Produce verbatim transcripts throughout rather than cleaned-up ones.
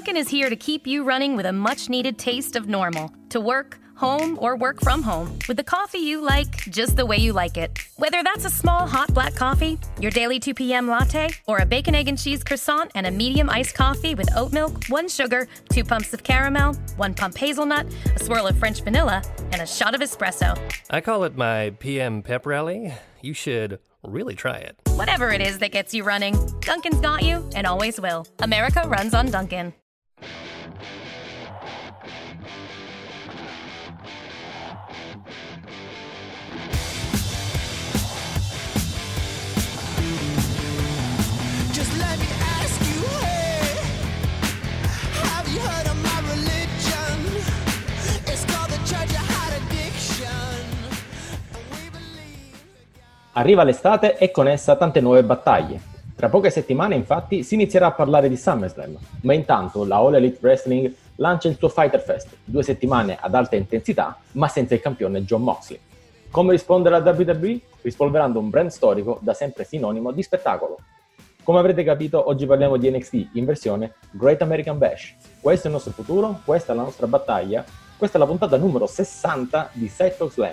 Dunkin' is here to keep you running with a much-needed taste of normal. To work, home, or work from home, with the coffee you like, just the way you like it. Whether that's a small hot black coffee, your daily two p.m. latte, or a bacon, egg, and cheese croissant and a medium iced coffee with oat milk, one sugar, two pumps of caramel, one pump hazelnut, a swirl of French vanilla, and a shot of espresso. I call it my P M pep rally. You should really try it. Whatever it is that gets you running, Dunkin's got you and always will. America runs on Dunkin'. Arriva l'estate e con essa tante nuove battaglie. Tra poche settimane, infatti, si inizierà a parlare di SummerSlam, ma intanto la All Elite Wrestling lancia il suo Fighter Fest, due settimane ad alta intensità, ma senza il campione Jon Moxley. Come rispondere alla W W E? Rispolverando un brand storico da sempre sinonimo di spettacolo. Come avrete capito, oggi parliamo di N X T in versione Great American Bash. Questo è il nostro futuro, questa è la nostra battaglia, questa è la puntata numero sessanta di Side Talk Slam.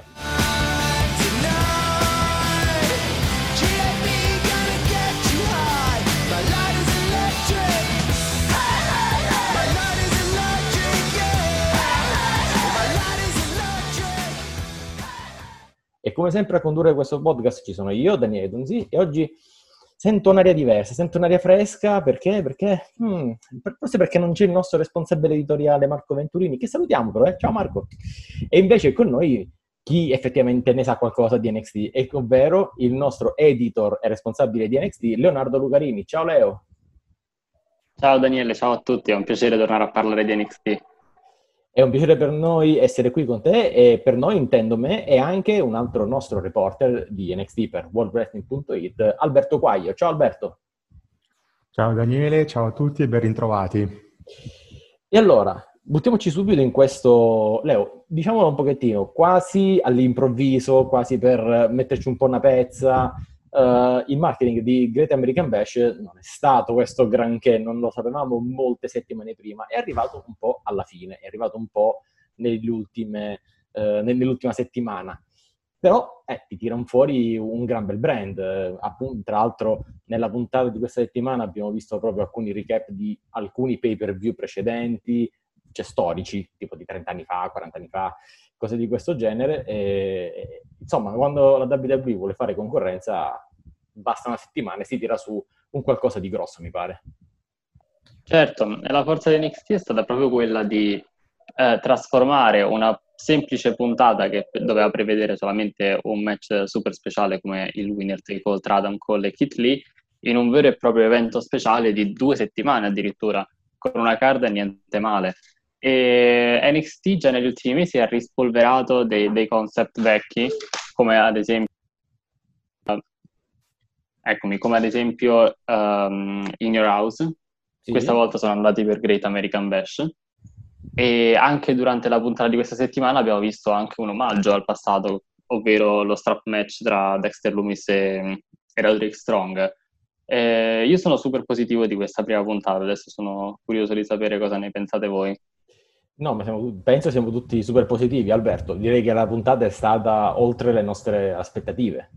E come sempre a condurre questo podcast ci sono io, Daniele Donzi, e oggi sento un'aria diversa, sento un'aria fresca, perché? Perché hmm, forse perché non c'è il nostro responsabile editoriale Marco Venturini, che salutiamo però, eh? Ciao Marco! E invece con noi chi effettivamente ne sa qualcosa di N X T, e ovvero il nostro editor e responsabile di N X T, Leonardo Lucarini. Ciao Leo! Ciao Daniele, ciao a tutti, è un piacere tornare a parlare di N X T. È un piacere per noi essere qui con te, e per noi intendo me e anche un altro nostro reporter di N X T per world wrestling punto it, Alberto Quaglio. Ciao Alberto! Ciao Daniele, ciao a tutti e ben ritrovati. E allora, buttiamoci subito in questo, Leo, diciamolo un pochettino, quasi all'improvviso, quasi per metterci un po' una pezza. Uh, il marketing di Great American Bash non è stato questo granché, non lo sapevamo molte settimane prima, è arrivato un po' alla fine, è arrivato un po' negli ultime, uh, nell'ultima settimana, però eh, ti tirano fuori un gran bel brand. Uh, appunto, tra l'altro nella puntata di questa settimana abbiamo visto proprio alcuni recap di alcuni pay-per-view precedenti, cioè storici, tipo di trenta anni fa, quaranta anni fa, cose di questo genere. E, insomma, quando la W W E vuole fare concorrenza basta una settimana e si tira su un qualcosa di grosso, mi pare. Certo, e la forza di N X T è stata proprio quella di eh, trasformare una semplice puntata che doveva prevedere solamente un match super speciale come il winner take all tra Adam Cole e Keith Lee in un vero e proprio evento speciale di due settimane addirittura, con una card niente male. E N X T già negli ultimi mesi ha rispolverato dei, dei concept vecchi, come ad esempio eccomi, come ad esempio um, In Your House. Sì. Questa volta sono andati per Great American Bash, e anche durante la puntata di questa settimana abbiamo visto anche un omaggio al passato, ovvero lo strap match tra Dexter Lumis e, e Roderick Strong. Eh, io sono super positivo di questa prima puntata, adesso sono curioso di sapere cosa ne pensate voi. No, ma siamo, penso siamo tutti super positivi, Alberto. Direi che la puntata è stata oltre le nostre aspettative.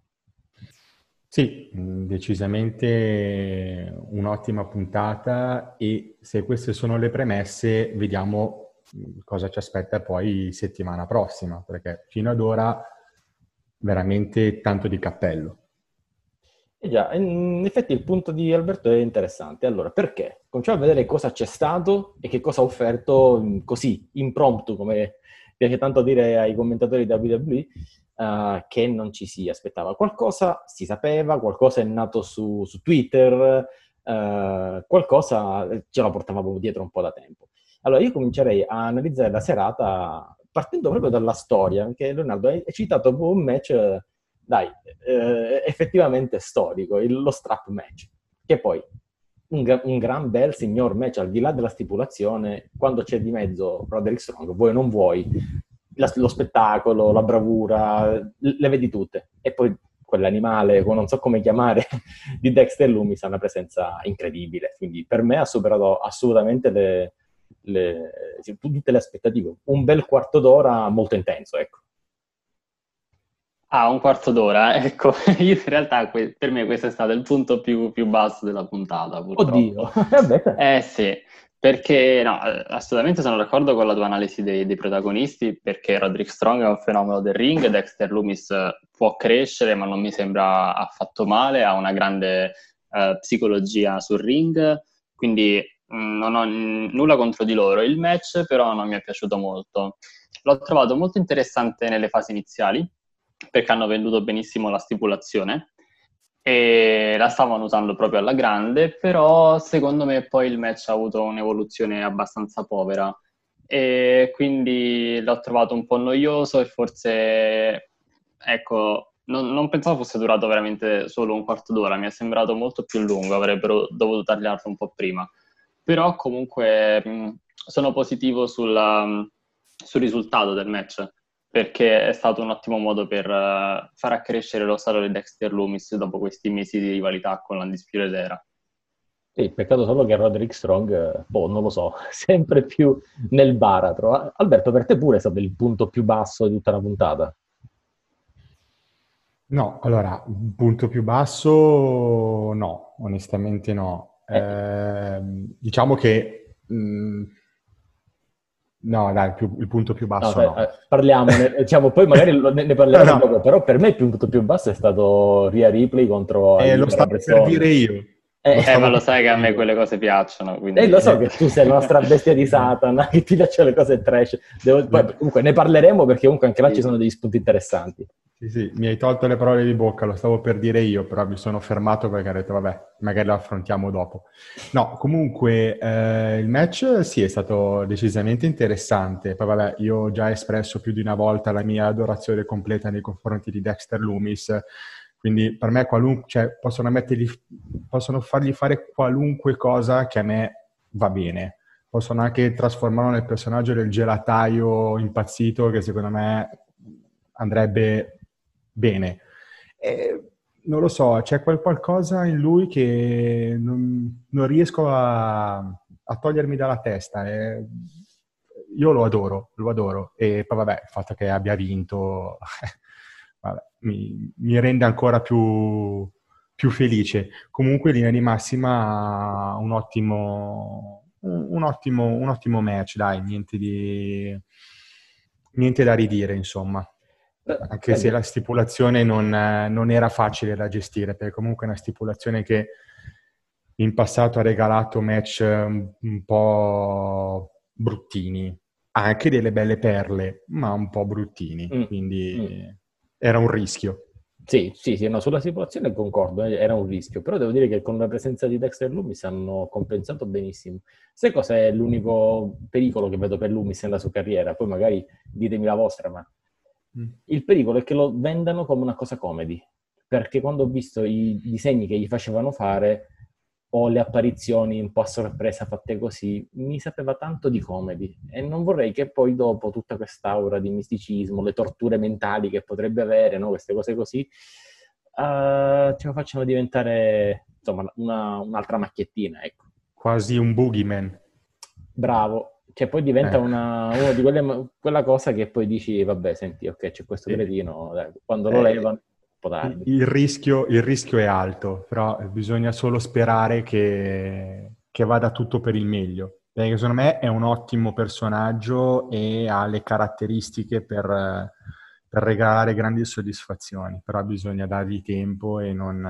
Sì, decisamente un'ottima puntata, e se queste sono le premesse, vediamo cosa ci aspetta poi settimana prossima, perché fino ad ora veramente tanto di cappello. E già, in effetti il punto di Alberto è interessante. Allora, perché? Cominciamo a vedere cosa c'è stato e che cosa ha offerto così, impromptu, come piace tanto dire ai commentatori da W W E, uh, che non ci si aspettava. Qualcosa si sapeva, qualcosa è nato su, su Twitter, uh, qualcosa ce la portavamo dietro un po' da tempo. Allora, io comincerei a analizzare la serata partendo proprio dalla storia, perché Leonardo hai citato un match... Dai, eh, effettivamente storico, il, lo strap match, che poi un, un gran bel signor match, al di là della stipulazione, quando c'è di mezzo Roderick Strong, vuoi o non vuoi, la, lo spettacolo, la bravura, le vedi tutte. E poi quell'animale, non so come chiamare, di Dexter Lumis ha una presenza incredibile. Quindi per me ha superato assolutamente le, le, tutte le aspettative. Un bel quarto d'ora molto intenso, ecco. Ah, un quarto d'ora, ecco, io in realtà que- per me questo è stato il punto più, più basso della puntata, purtroppo. Oddio, vabbè. Eh sì, perché no, eh, assolutamente sono d'accordo con la tua analisi dei, dei protagonisti, perché Roderick Strong è un fenomeno del ring, Dexter Lumis eh, può crescere, ma non mi sembra affatto male, ha una grande eh, psicologia sul ring, quindi mh, non ho n- nulla contro di loro. Il match però non mi è piaciuto molto. L'ho trovato molto interessante nelle fasi iniziali, perché hanno venduto benissimo la stipulazione e la stavano usando proprio alla grande, però secondo me poi il match ha avuto un'evoluzione abbastanza povera e quindi l'ho trovato un po' noioso e forse, ecco, non, non pensavo fosse durato veramente solo un quarto d'ora, mi è sembrato molto più lungo, avrebbero dovuto tagliarlo un po' prima, però comunque mh, sono positivo sulla, sul risultato del match, perché è stato un ottimo modo per uh, far accrescere lo stato di Dexter Lumis dopo questi mesi di rivalità con l'Undisputed Era. Sì, peccato solo che Roderick Strong, eh, boh, non lo so, sempre più nel baratro. Alberto, per te pure è stato il punto più basso di tutta la puntata? No, allora, un punto più basso no, onestamente no. Eh, Eh, diciamo che mh, no, dai, il, più- il punto più no, basso sai, no. eh, parliamone, diciamo, poi magari lo- ne, ne No, parleremo dopo, no, però per me il punto più basso è stato Rhea Ripley contro eh, lo Aliyah stavo per Bresson. dire io. Eh, Lo Eh, ma stavo lo per sai che a dire me io. quelle cose piacciono, E quindi... lo so che tu sei la nostra bestia di Satana, che ti piacciono le cose trash. Devo- poi, comunque ne parleremo perché comunque anche là ci Sì. sono degli spunti interessanti. Sì, sì, mi hai tolto le parole di bocca, lo stavo per dire io, però mi sono fermato perché ho detto, vabbè, magari lo affrontiamo dopo. No, comunque eh, il match sì, è stato decisamente interessante. Poi vabbè, io ho già espresso più di una volta la mia adorazione completa nei confronti di Dexter Lumis, quindi per me qualunque, cioè, possono mettergli, possono fargli fare qualunque cosa che a me va bene. Possono anche trasformarlo nel personaggio del gelataio impazzito che secondo me andrebbe bene. E, non lo so, c'è quel qualcosa in lui che non, non riesco a, a togliermi dalla testa. E io lo adoro, lo adoro. E poi vabbè, il fatto che abbia vinto vabbè, mi, mi rende ancora più, più felice. Comunque, in linea di massima, un ottimo, un ottimo, un ottimo match, dai, niente di, niente da ridire, insomma. Eh, Anche se Senti, la stipulazione non, eh, non era facile da gestire, perché comunque è una stipulazione che in passato ha regalato match un, un po' bruttini, anche delle belle perle, ma un po' bruttini, mm, mm. quindi era un rischio. Sì, sì, sì, no, sulla situazione concordo, eh, era un rischio, però devo dire che con la presenza di Dexter Loomis hanno compensato benissimo. Sai cos'è l'unico pericolo che vedo per Loomis nella sua carriera? Poi magari ditemi la vostra, ma Mm. il pericolo è che lo vendano come una cosa comedy, perché quando ho visto i disegni che gli facevano fare o le apparizioni un po' a sorpresa fatte così, mi sapeva tanto di comedy e non vorrei che poi dopo tutta quest'aura di misticismo, le torture mentali che potrebbe avere, no? Queste cose così, eh, ce lo facciano diventare insomma una- un'altra macchiettina, ecco. Quasi un boogeyman. Bravo, cioè poi diventa Eh. una, una di quelle, quella cosa che poi dici, vabbè, senti, ok, c'è questo Eh, cretino, dai, quando lo eh, levano, un po' tardi. il rischio, il rischio è alto, però bisogna solo sperare che, che vada tutto per il meglio. Perché secondo me è un ottimo personaggio e ha le caratteristiche per, per regalare grandi soddisfazioni, però bisogna dargli tempo e non,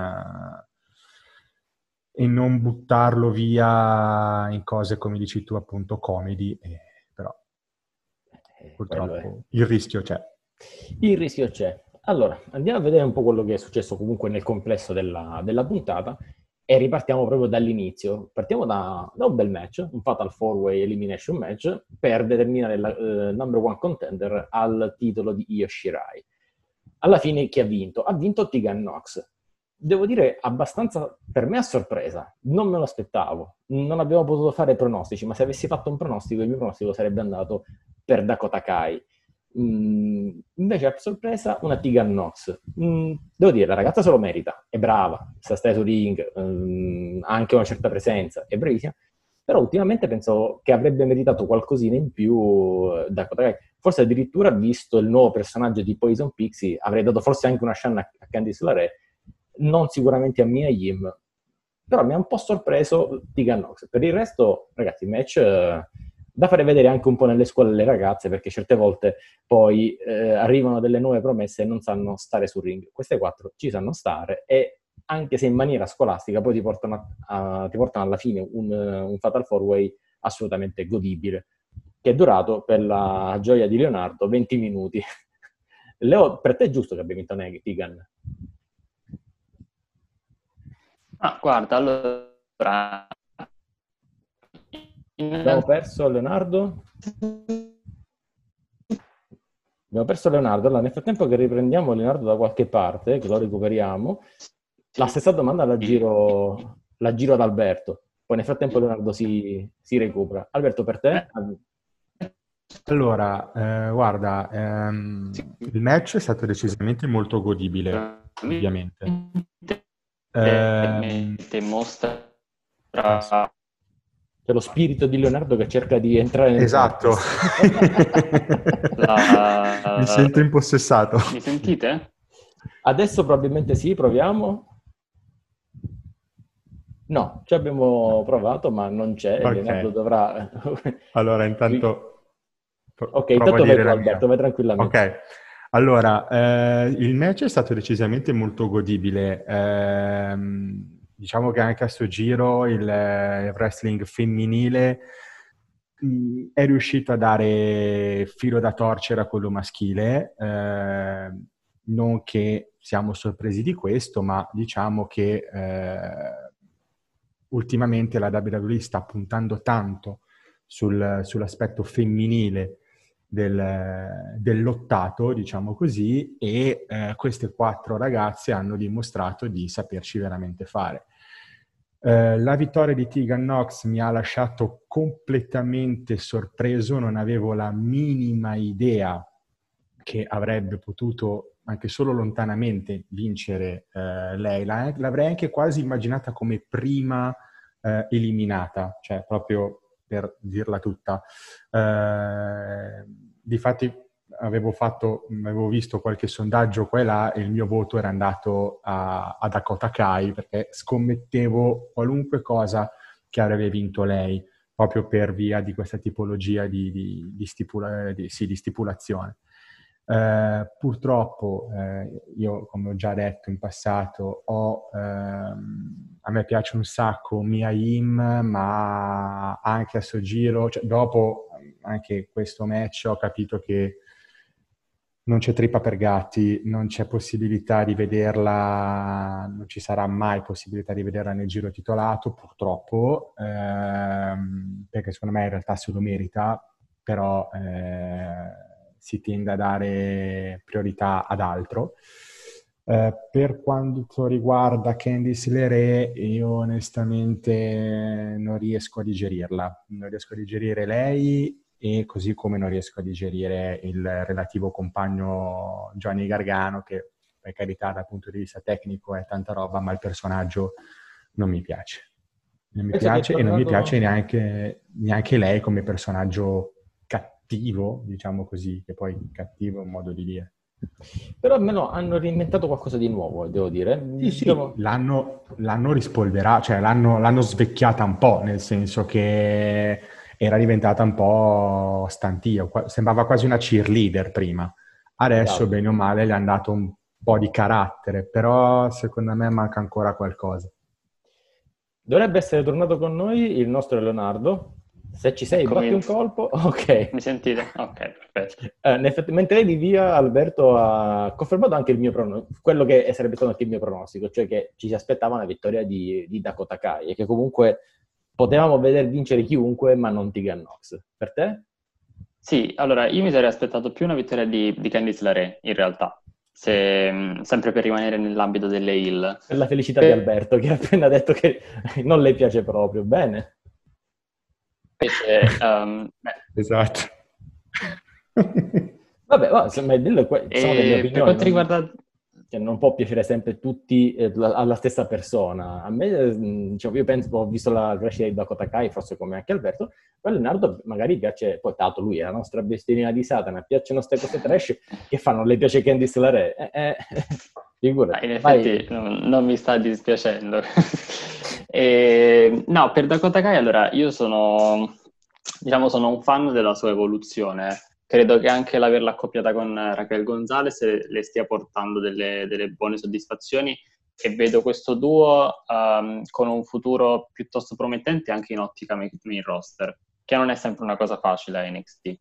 e non buttarlo via in cose, come dici tu, appunto, comedy, e, però Eh, quello è. purtroppo il rischio c'è. Il rischio c'è. Allora, andiamo a vedere un po' quello che è successo comunque nel complesso della, della puntata e ripartiamo proprio dall'inizio. Partiamo da, da un bel match, un Fatal four way Elimination match per determinare la eh, number one contender al titolo di Io Shirai. Alla fine chi ha vinto? Ha vinto Tegan Nox. Devo dire abbastanza, per me a sorpresa, non me lo aspettavo. Non abbiamo potuto fare pronostici, ma se avessi fatto un pronostico, il mio pronostico sarebbe andato per Dakota Kai. Mm, invece a sorpresa una Tegan Nox. Mm, devo dire, la ragazza se lo merita, è brava, sa stare su ring, mm, ha anche una certa presenza, è bravissima, però ultimamente penso che avrebbe meritato qualcosina in più eh, da Dakota Kai. Forse addirittura, visto il nuovo personaggio di Poison Pixie, avrei dato forse anche una chance a Candice LeRae, non sicuramente a Mia Yim, però mi ha un po' sorpreso Tegan Nox. Per il resto, ragazzi, match eh, da fare vedere anche un po' nelle scuole alle ragazze, perché certe volte poi eh, arrivano delle nuove promesse e non sanno stare sul ring. Queste quattro ci sanno stare, e anche se in maniera scolastica poi ti portano, a, a, ti portano alla fine un, un Fatal four way assolutamente godibile, che è durato, per la gioia di Leonardo, venti minuti. Leo, per te è giusto che abbia vinto Tegan? Ah, guarda, allora... Abbiamo perso Leonardo? Abbiamo perso Leonardo. Allora, nel frattempo che riprendiamo Leonardo da qualche parte, che lo recuperiamo, la stessa domanda la giro, la giro ad Alberto. Poi nel frattempo Leonardo si, si recupera. Alberto, per te? Allora, eh, guarda, ehm, il match è stato decisamente molto godibile, ovviamente. Eh, mostra c'è lo spirito di Leonardo che cerca di entrare nel esatto. La... Mi sento impossessato. Mi sentite? Adesso probabilmente sì, proviamo. No, ci abbiamo provato, ma non c'è. Okay. Leonardo dovrà... Allora, intanto... Ok, intanto vai tu, Alberto, vai tranquillamente. Ok, allora, eh, il match è stato decisamente molto godibile. Eh, diciamo che anche a sto giro il, il wrestling femminile mh, è riuscito a dare filo da torcere a quello maschile. Eh, non che siamo sorpresi di questo, ma diciamo che eh, ultimamente la W W E sta puntando tanto sul, sull'aspetto femminile del, del lottato, diciamo così, e eh, queste quattro ragazze hanno dimostrato di saperci veramente fare. Eh, la vittoria di Tegan Nox mi ha lasciato completamente sorpreso, non avevo la minima idea che avrebbe potuto anche solo lontanamente vincere eh, lei. La, l'avrei anche quasi immaginata come prima eh, eliminata, cioè proprio per dirla tutta. Eh, difatti avevo fatto, avevo visto qualche sondaggio qua e là e il mio voto era andato a, a Dakota Kai, perché scommettevo qualunque cosa che avrebbe vinto lei, proprio per via di questa tipologia di, di, di, stipula, di, sì, di stipulazione. Eh, purtroppo eh, io, come ho già detto in passato, ho, ehm, a me piace un sacco Mia Yim, ma anche a sto giro, cioè, dopo anche questo match ho capito che non c'è trippa per gatti, non c'è possibilità di vederla, non ci sarà mai possibilità di vederla nel giro titolato, purtroppo, ehm, perché secondo me in realtà se lo merita, però eh, si tende a dare priorità ad altro. Eh, per quanto riguarda Candice LeRae, io onestamente non riesco a digerirla, non riesco a digerire lei, e così come non riesco a digerire il relativo compagno Johnny Gargano, che per carità dal punto di vista tecnico è tanta roba, ma il personaggio non mi piace. Non mi Penso piace che e non mi tornando- piace neanche, neanche lei come personaggio cattivo, diciamo così, che poi cattivo è un modo di dire. Però almeno hanno reinventato qualcosa di nuovo, devo dire. Sì, sì, Diciamo- l'hanno, l'hanno rispolverato, cioè l'hanno, l'hanno svecchiata un po', nel senso che era diventata un po' stantia, qua- sembrava quasi una cheerleader prima. Adesso, Esatto. bene o male, le hanno dato un po' di carattere, però secondo me manca ancora qualcosa. Dovrebbe essere tornato con noi il nostro Leonardo. Se ci sei, Eccomi. batti un colpo. Ok. Mi sentite? Ok, perfetto. Eh, in effetti, mentre eri via, Alberto ha confermato anche il mio pronostico, quello che sarebbe stato anche il mio pronostico, cioè che ci si aspettava una vittoria di, di Dakota Kai e che comunque potevamo veder vincere chiunque, ma non Tegan Nox. Per te? Sì, allora io mi sarei aspettato più una vittoria di, di Candice LeRae, in realtà, se, mh, sempre per rimanere nell'ambito delle heel. Per la felicità Eh. di Alberto, che ha appena detto che non le piace proprio. Bene. Invece, um, beh, Esatto. Va Vabbè, ma insomma, delle- que- sono delle E per opinioni, quanto non, riguarda... cioè, non può piacere sempre tutti eh, la- alla stessa persona. A me, eh, diciamo, io penso, ho visto la crescita di Dakota Kai, forse come anche Alberto, poi a Leonardo magari piace, poi tanto lui è la nostra bestierina di Satana, piacciono queste cose trash, che fanno? Le piace Candice LeRae? Eh, eh, Ah, figurati. in effetti Vai. non, non mi sta dispiacendo. E, no, per Dakota Kai, allora, io sono, diciamo, sono un fan della sua evoluzione. Credo che anche l'averla accoppiata con Raquel Gonzalez le stia portando delle, delle buone soddisfazioni e vedo questo duo um, con un futuro piuttosto promettente anche in ottica main roster, che non è sempre una cosa facile a N X T.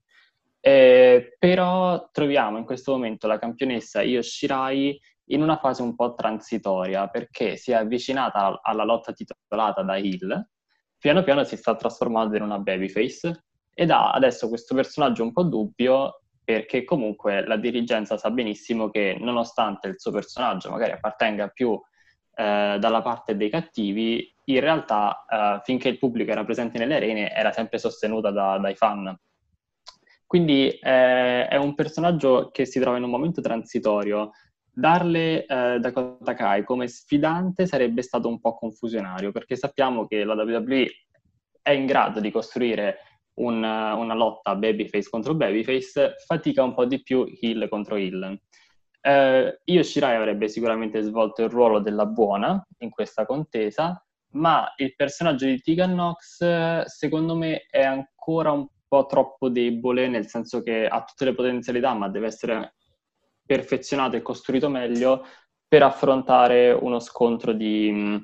Eh, però troviamo in questo momento la campionessa Io Shirai in una fase un po' transitoria, perché si è avvicinata alla lotta titolata da heel, piano piano si sta trasformando in una babyface ed ha adesso questo personaggio un po' dubbio, perché comunque la dirigenza sa benissimo che nonostante il suo personaggio magari appartenga più eh, dalla parte dei cattivi, in realtà eh, finché il pubblico era presente nelle arene era sempre sostenuta da, dai fan. Quindi eh, è un personaggio che si trova in un momento transitorio. Darle eh, Dakota Kai come sfidante sarebbe stato un po' confusionario, perché sappiamo che la W W E è in grado di costruire un, una lotta babyface contro babyface, fatica un po' di più heel contro heel. Eh, Io Shirai avrebbe sicuramente svolto il ruolo della buona in questa contesa, ma il personaggio di Tegan Nox secondo me è ancora un po' troppo debole, nel senso che ha tutte le potenzialità, ma deve essere perfezionato e costruito meglio per affrontare uno scontro di,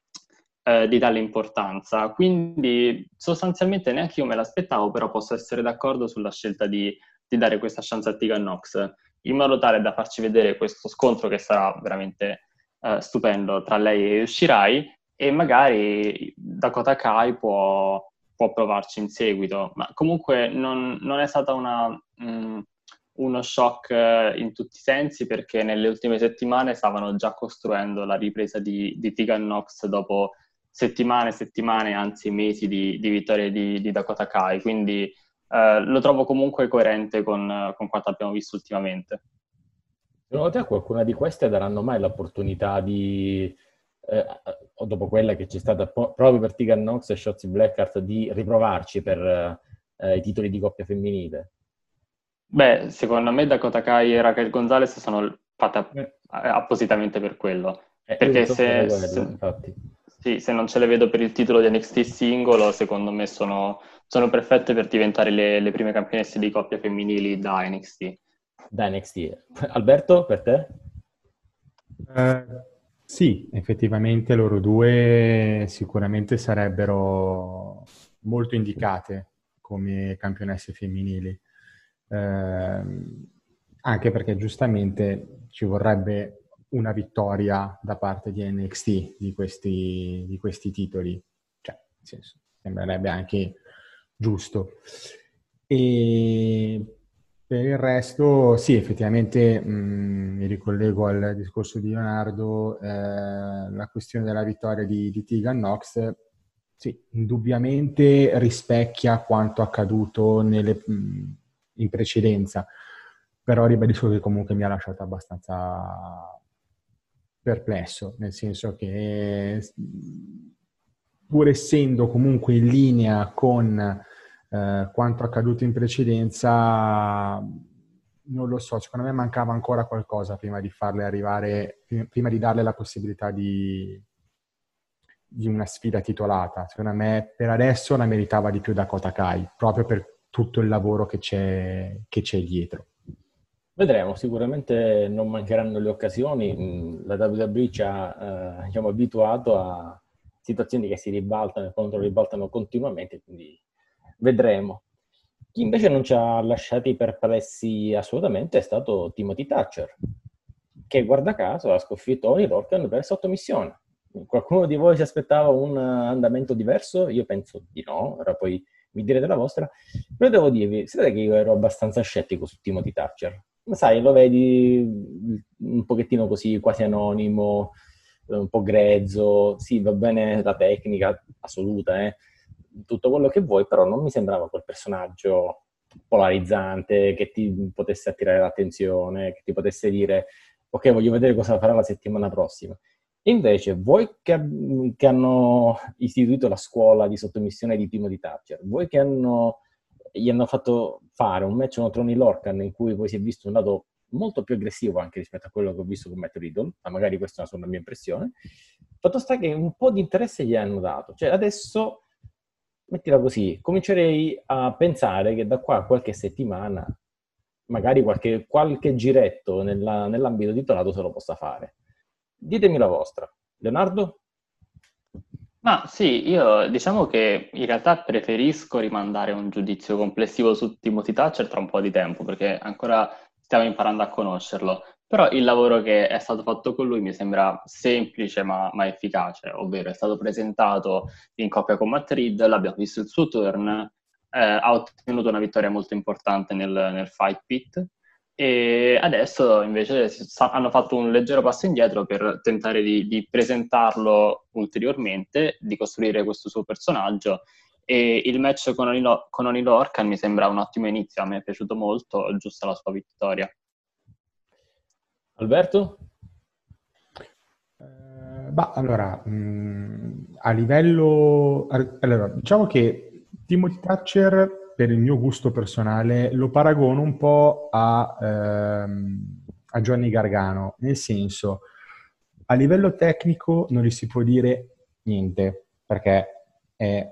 eh, di tale importanza. Quindi sostanzialmente neanche io me l'aspettavo, però posso essere d'accordo sulla scelta di, di dare questa chance a Tegan Nox, in modo tale da farci vedere questo scontro che sarà veramente eh, stupendo tra lei e Shirai, e magari Dakota Kai può, può provarci in seguito, ma comunque non, non è stata una, mh, uno shock in tutti i sensi, perché nelle ultime settimane stavano già costruendo la ripresa di, di Tegan Nox dopo settimane, settimane, anzi mesi di, di vittorie di, di Dakota Kai, quindi eh, lo trovo comunque coerente con, con quanto abbiamo visto ultimamente. Secondo te a qualcuna di queste daranno mai l'opportunità di, eh, o dopo quella che c'è stata po- proprio per Tegan Nox e Shotzi Blackheart, di riprovarci per eh, i titoli di coppia femminile? Beh, secondo me Dakota Kai e Raquel Gonzalez sono fatte app- Eh, appositamente per quello, eh, io perché pensavo proprio se, quello, se, infatti. sì, se non ce le vedo per il titolo di N X T singolo, secondo me sono, sono perfette per diventare le, le prime campionesse di coppia femminili da N X T. Da N X T. Alberto, per te? Eh, sì, effettivamente loro due sicuramente sarebbero molto indicate come campionesse femminili. Eh, anche perché giustamente ci vorrebbe una vittoria da parte di N X T di questi, di questi titoli. Cioè, nel senso, sembrerebbe anche giusto. E per il resto, sì, effettivamente mh, mi ricollego al discorso di Leonardo, eh, la questione della vittoria di, di Tegan Nox, sì, indubbiamente rispecchia quanto accaduto nelle, mh, in precedenza, però ribadisco che comunque mi ha lasciato abbastanza perplesso, nel senso che pur essendo comunque in linea con eh, quanto accaduto in precedenza, non lo so, secondo me mancava ancora qualcosa prima di farle arrivare, prima di darle la possibilità di, di una sfida titolata. Secondo me per adesso la meritava di più Dakota Kai, proprio per tutto il lavoro che c'è, che c'è dietro. Vedremo, sicuramente non mancheranno le occasioni. La W W E ci ha eh, diciamo, abituato a situazioni che si ribaltano e controribaltano continuamente, quindi vedremo. Chi invece non ci ha lasciati perplessi assolutamente è stato Timothy Thatcher, che guarda caso ha sconfitto Oni Lorcan per sottomissione. Qualcuno di voi si aspettava un andamento diverso? Io penso di no, ora poi mi direte la vostra. Però devo dirvi, sapete che io ero abbastanza scettico su Timothy Thatcher. Ma sai, lo vedi un pochettino così, quasi anonimo, un po' grezzo. Sì, va bene la tecnica assoluta, eh? Tutto quello che vuoi, però non mi sembrava quel personaggio polarizzante, che ti potesse attirare l'attenzione, che ti potesse dire ok, voglio vedere cosa farà la settimana prossima. E invece voi che, che hanno istituito la scuola di sottomissione di Timothy Thatcher, voi che hanno, gli hanno fatto fare un match contro Neil Orkan in cui poi si è visto un lato molto più aggressivo anche rispetto a quello che ho visto con Matt Riddle, ma magari questa è una sola mia impressione, fatto sta che un po' di interesse gli hanno dato. Cioè adesso, mettila così, comincerei a pensare che da qua a qualche settimana magari qualche, qualche giretto nella, nell'ambito titolato se lo possa fare. Ditemi la vostra. Leonardo? Ma sì, io diciamo che in realtà preferisco rimandare un giudizio complessivo su Timothy Thatcher tra un po' di tempo, perché ancora stiamo imparando a conoscerlo. Però il lavoro che è stato fatto con lui mi sembra semplice ma, ma efficace, ovvero è stato presentato in coppia con Matt Riddle, abbiamo visto il suo turn, eh, ha ottenuto una vittoria molto importante nel, nel Fight Pit, e adesso invece hanno fatto un leggero passo indietro per tentare di, di presentarlo ulteriormente, di costruire questo suo personaggio, e il match con Onil, con Onil Orkan mi sembra un ottimo inizio, a me è piaciuto molto, giusta la sua vittoria. Alberto? Uh, bah, allora, mh, a livello... Allora, diciamo che Timothy Thatcher, per il mio gusto personale, lo paragono un po' a, ehm, a Johnny Gargano, nel senso, a livello tecnico non gli si può dire niente, perché è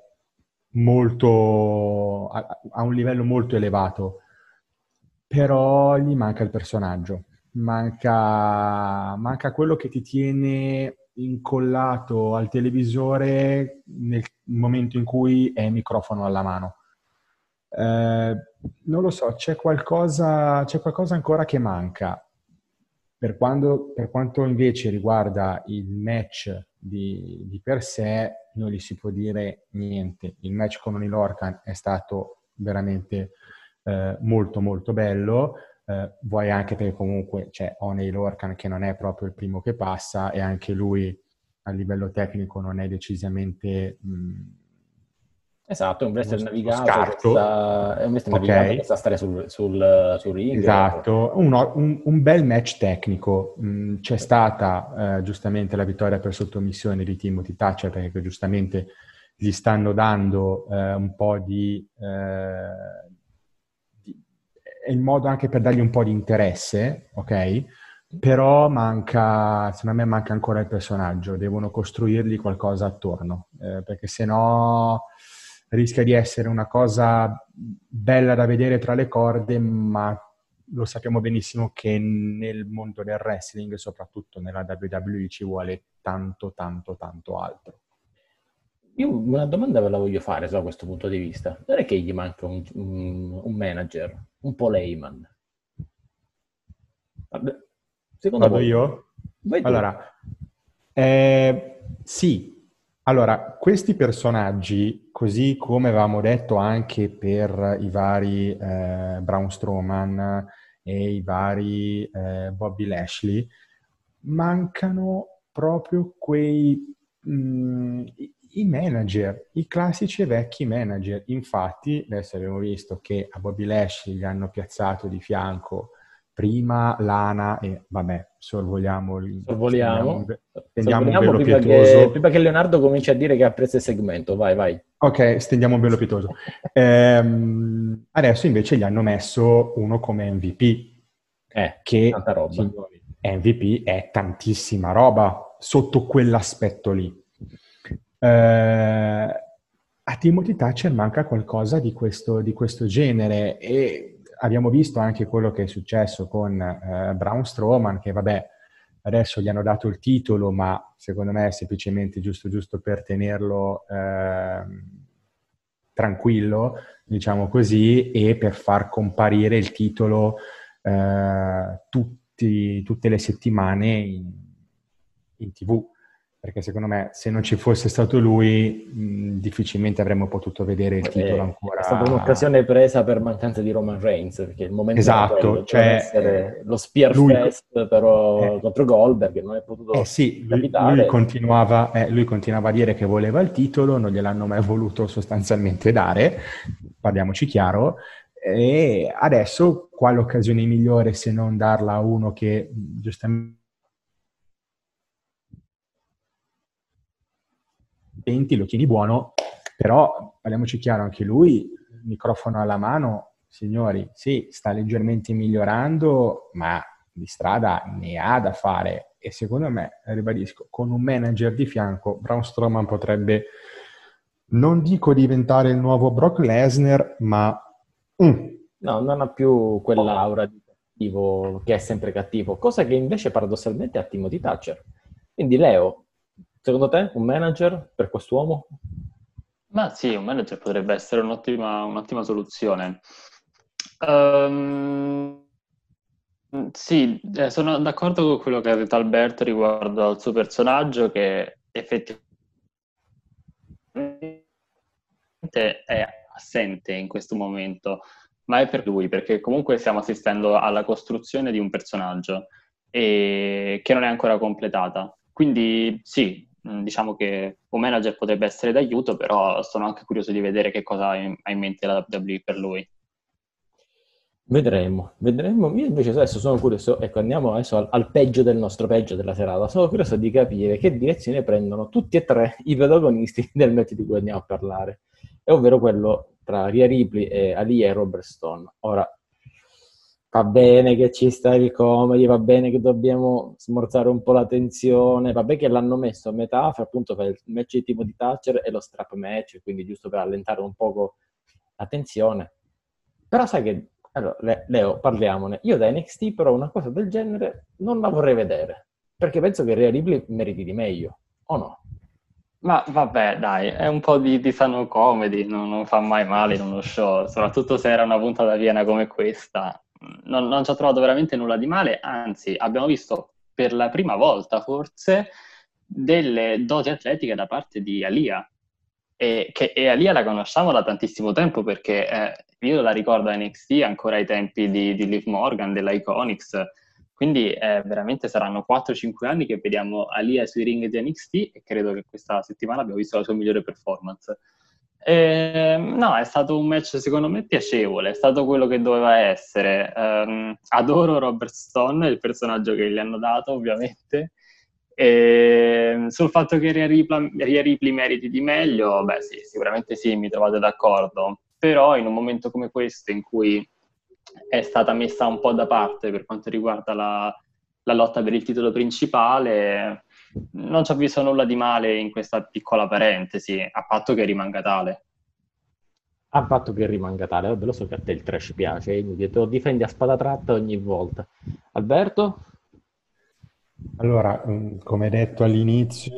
molto, ha, ha un livello molto elevato, però gli manca il personaggio, manca, manca quello che ti tiene incollato al televisore nel momento in cui è il microfono alla mano. Eh, non lo so, c'è qualcosa, c'è qualcosa ancora che manca. Per, quando, per quanto invece riguarda il match di, di per sé, non gli si può dire niente. Il match con Onil Orkan è stato veramente eh, molto molto bello. Eh, vuoi anche perché comunque c'è Onil Orkan che non è proprio il primo che passa, e anche lui a livello tecnico non è decisamente... Mh, Esatto, è un wrestler uno navigato, che scarto. sta, è un wrestler Ok. navigato che sa stare sul, sul, sul ring. Esatto, un, un, un bel match tecnico. Mm, c'è stata eh, giustamente la vittoria per sottomissione di Timothy Thatcher, perché giustamente gli stanno dando eh, un po' di, eh, di... è il modo anche per dargli un po' di interesse, ok? Però manca, secondo me manca ancora il personaggio, devono costruirgli qualcosa attorno, eh, perché sennò rischia di essere una cosa bella da vedere tra le corde, ma lo sappiamo benissimo che nel mondo del wrestling, soprattutto nella W W E, ci vuole tanto, tanto, tanto altro. Io una domanda ve la voglio fare da questo punto di vista. Non è che gli manca un, un, un manager, un Paul Heyman? Vabbè, secondo Vado voi? io? Vai tu. Allora, eh, sì. Allora, questi personaggi, così come avevamo detto anche per i vari eh, Braun Strowman e i vari eh, Bobby Lashley, mancano proprio quei mh, i manager, i classici e vecchi manager. Infatti, adesso abbiamo visto che a Bobby Lashley gli hanno piazzato di fianco prima Lana e vabbè, sorvoliamo il, Sorvoliamo, stendiamo un sorvoliamo velo prima pietoso. che, prima che Leonardo cominci a dire che apprezza il segmento. Vai, vai. Ok, stendiamo un velo pietoso. Ehm, adesso invece gli hanno messo uno come M V P, Eh, che tanta roba. signori, M V P è tantissima roba sotto quell'aspetto lì. Eh, a Timothy Thatcher manca qualcosa di questo, di questo genere, e abbiamo visto anche quello che è successo con eh, Braun Strowman, che vabbè, adesso gli hanno dato il titolo, ma secondo me è semplicemente giusto giusto per tenerlo eh, tranquillo, diciamo così, e per far comparire il titolo eh, tutti, tutte le settimane in, in tivù. Perché secondo me se non ci fosse stato lui mh, difficilmente avremmo potuto vedere il titolo Eh, ancora. È stata un'occasione presa per mancanza di Roman Reigns, perché il momento Esatto, era quello, cioè, essere lo Spear lui, Fest però eh, contro Goldberg, non è potuto eh sì, lui, capitare. lui, continuava, eh, lui continuava a dire che voleva il titolo, non gliel'hanno mai voluto sostanzialmente dare, parliamoci chiaro, E adesso quale occasione migliore se non darla a uno che giustamente lo tieni buono, però parliamoci chiaro, anche lui, microfono alla mano, signori, sì, sta leggermente migliorando, ma di strada ne ha da fare. E secondo me, ribadisco, con un manager di fianco, Braun Strowman potrebbe, non dico diventare il nuovo Brock Lesnar, ma... Mm. No, non ha più quell'aura di cattivo che è sempre cattivo, cosa che invece paradossalmente ha Timothy Thatcher. Quindi Leo, secondo te un manager per quest'uomo? Ma sì, un manager potrebbe essere un'ottima, un'ottima soluzione. Um, sì, eh, sono d'accordo con quello che ha detto Alberto riguardo al suo personaggio, che effettivamente è assente in questo momento, ma è per lui, perché comunque stiamo assistendo alla costruzione di un personaggio e che non è ancora completata. Quindi sì, diciamo che un manager potrebbe essere d'aiuto, però sono anche curioso di vedere che cosa ha in, ha in mente la W W E per lui. Vedremo, vedremo. Io invece adesso sono curioso, ecco, andiamo adesso al, al peggio del nostro peggio della serata. Sono curioso di capire che direzione prendono tutti e tre i protagonisti del match di cui andiamo a parlare, e ovvero quello tra Rhea Ripley e Aliyah e Robert Stone. Ora, va bene che ci sta il comedy, va bene che dobbiamo smorzare un po' la tensione, va bene che l'hanno messo a metà fra appunto per il match di Timothy Thatcher e lo strap match, quindi giusto per allentare un poco la tensione. Però sai che, allora, Le- Leo, parliamone. Io da N X T però una cosa del genere non la vorrei vedere, perché penso che Rhea Ripley meriti di meglio, o no? Ma vabbè, dai, è un po' di, di sano comedy, non, non fa mai male in uno show, soprattutto se era una puntata piena come questa. Non, non ci ha trovato veramente nulla di male, anzi, abbiamo visto per la prima volta, forse, delle doti atletiche da parte di Aliyah. E, che, e Aliyah la conosciamo da tantissimo tempo, perché eh, io la ricordo a N X T ancora ai tempi di, di Liv Morgan, della Iconics. Quindi eh, veramente saranno quattro cinque anni che vediamo Aliyah sui ring di N X T, e credo che questa settimana abbiamo visto la sua migliore performance. E, no, è stato un match secondo me piacevole, è stato quello che doveva essere. Um, adoro Robert Stone, il personaggio che gli hanno dato, ovviamente. E sul fatto che Rhea Ripley, Rhea Ripley meriti di meglio, beh sì, sicuramente sì, mi trovate d'accordo. Però in un momento come questo, in cui è stata messa un po' da parte per quanto riguarda la, la lotta per il titolo principale, non ci ho visto nulla di male in questa piccola parentesi, a patto che rimanga tale. A patto che rimanga tale, vabbè, lo so che a te il trash piace, è inutile, te lo difendi a spada tratta ogni volta. Alberto? Allora, mm, come detto all'inizio,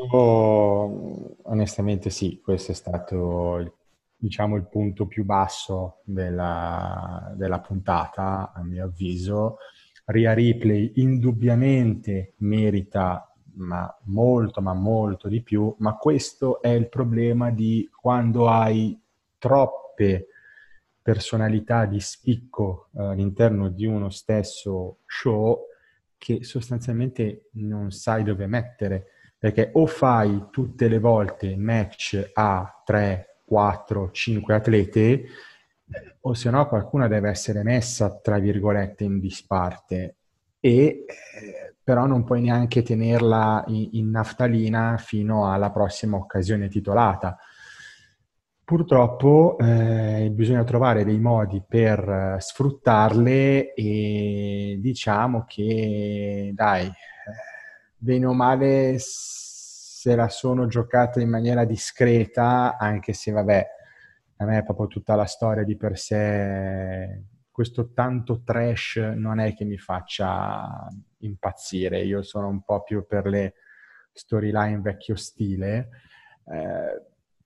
onestamente sì, questo è stato, il- diciamo, il punto più basso della, della puntata, a mio avviso. Rhea Ripley indubbiamente merita, ma molto, ma molto di più, ma questo è il problema di quando hai troppe personalità di spicco eh, all'interno di uno stesso show, che sostanzialmente non sai dove mettere, perché o fai tutte le volte match a tre, quattro, cinque atlete, o se no qualcuna deve essere messa, tra virgolette, in disparte, e eh, però non puoi neanche tenerla in, in naftalina fino alla prossima occasione titolata. Purtroppo eh, bisogna trovare dei modi per eh, sfruttarle, e diciamo che, dai, eh, bene o male se la sono giocata in maniera discreta, anche se, vabbè, a me è proprio tutta la storia di per sé, questo tanto trash non è che mi faccia impazzire. Io sono un po' più per le storyline vecchio stile. Eh,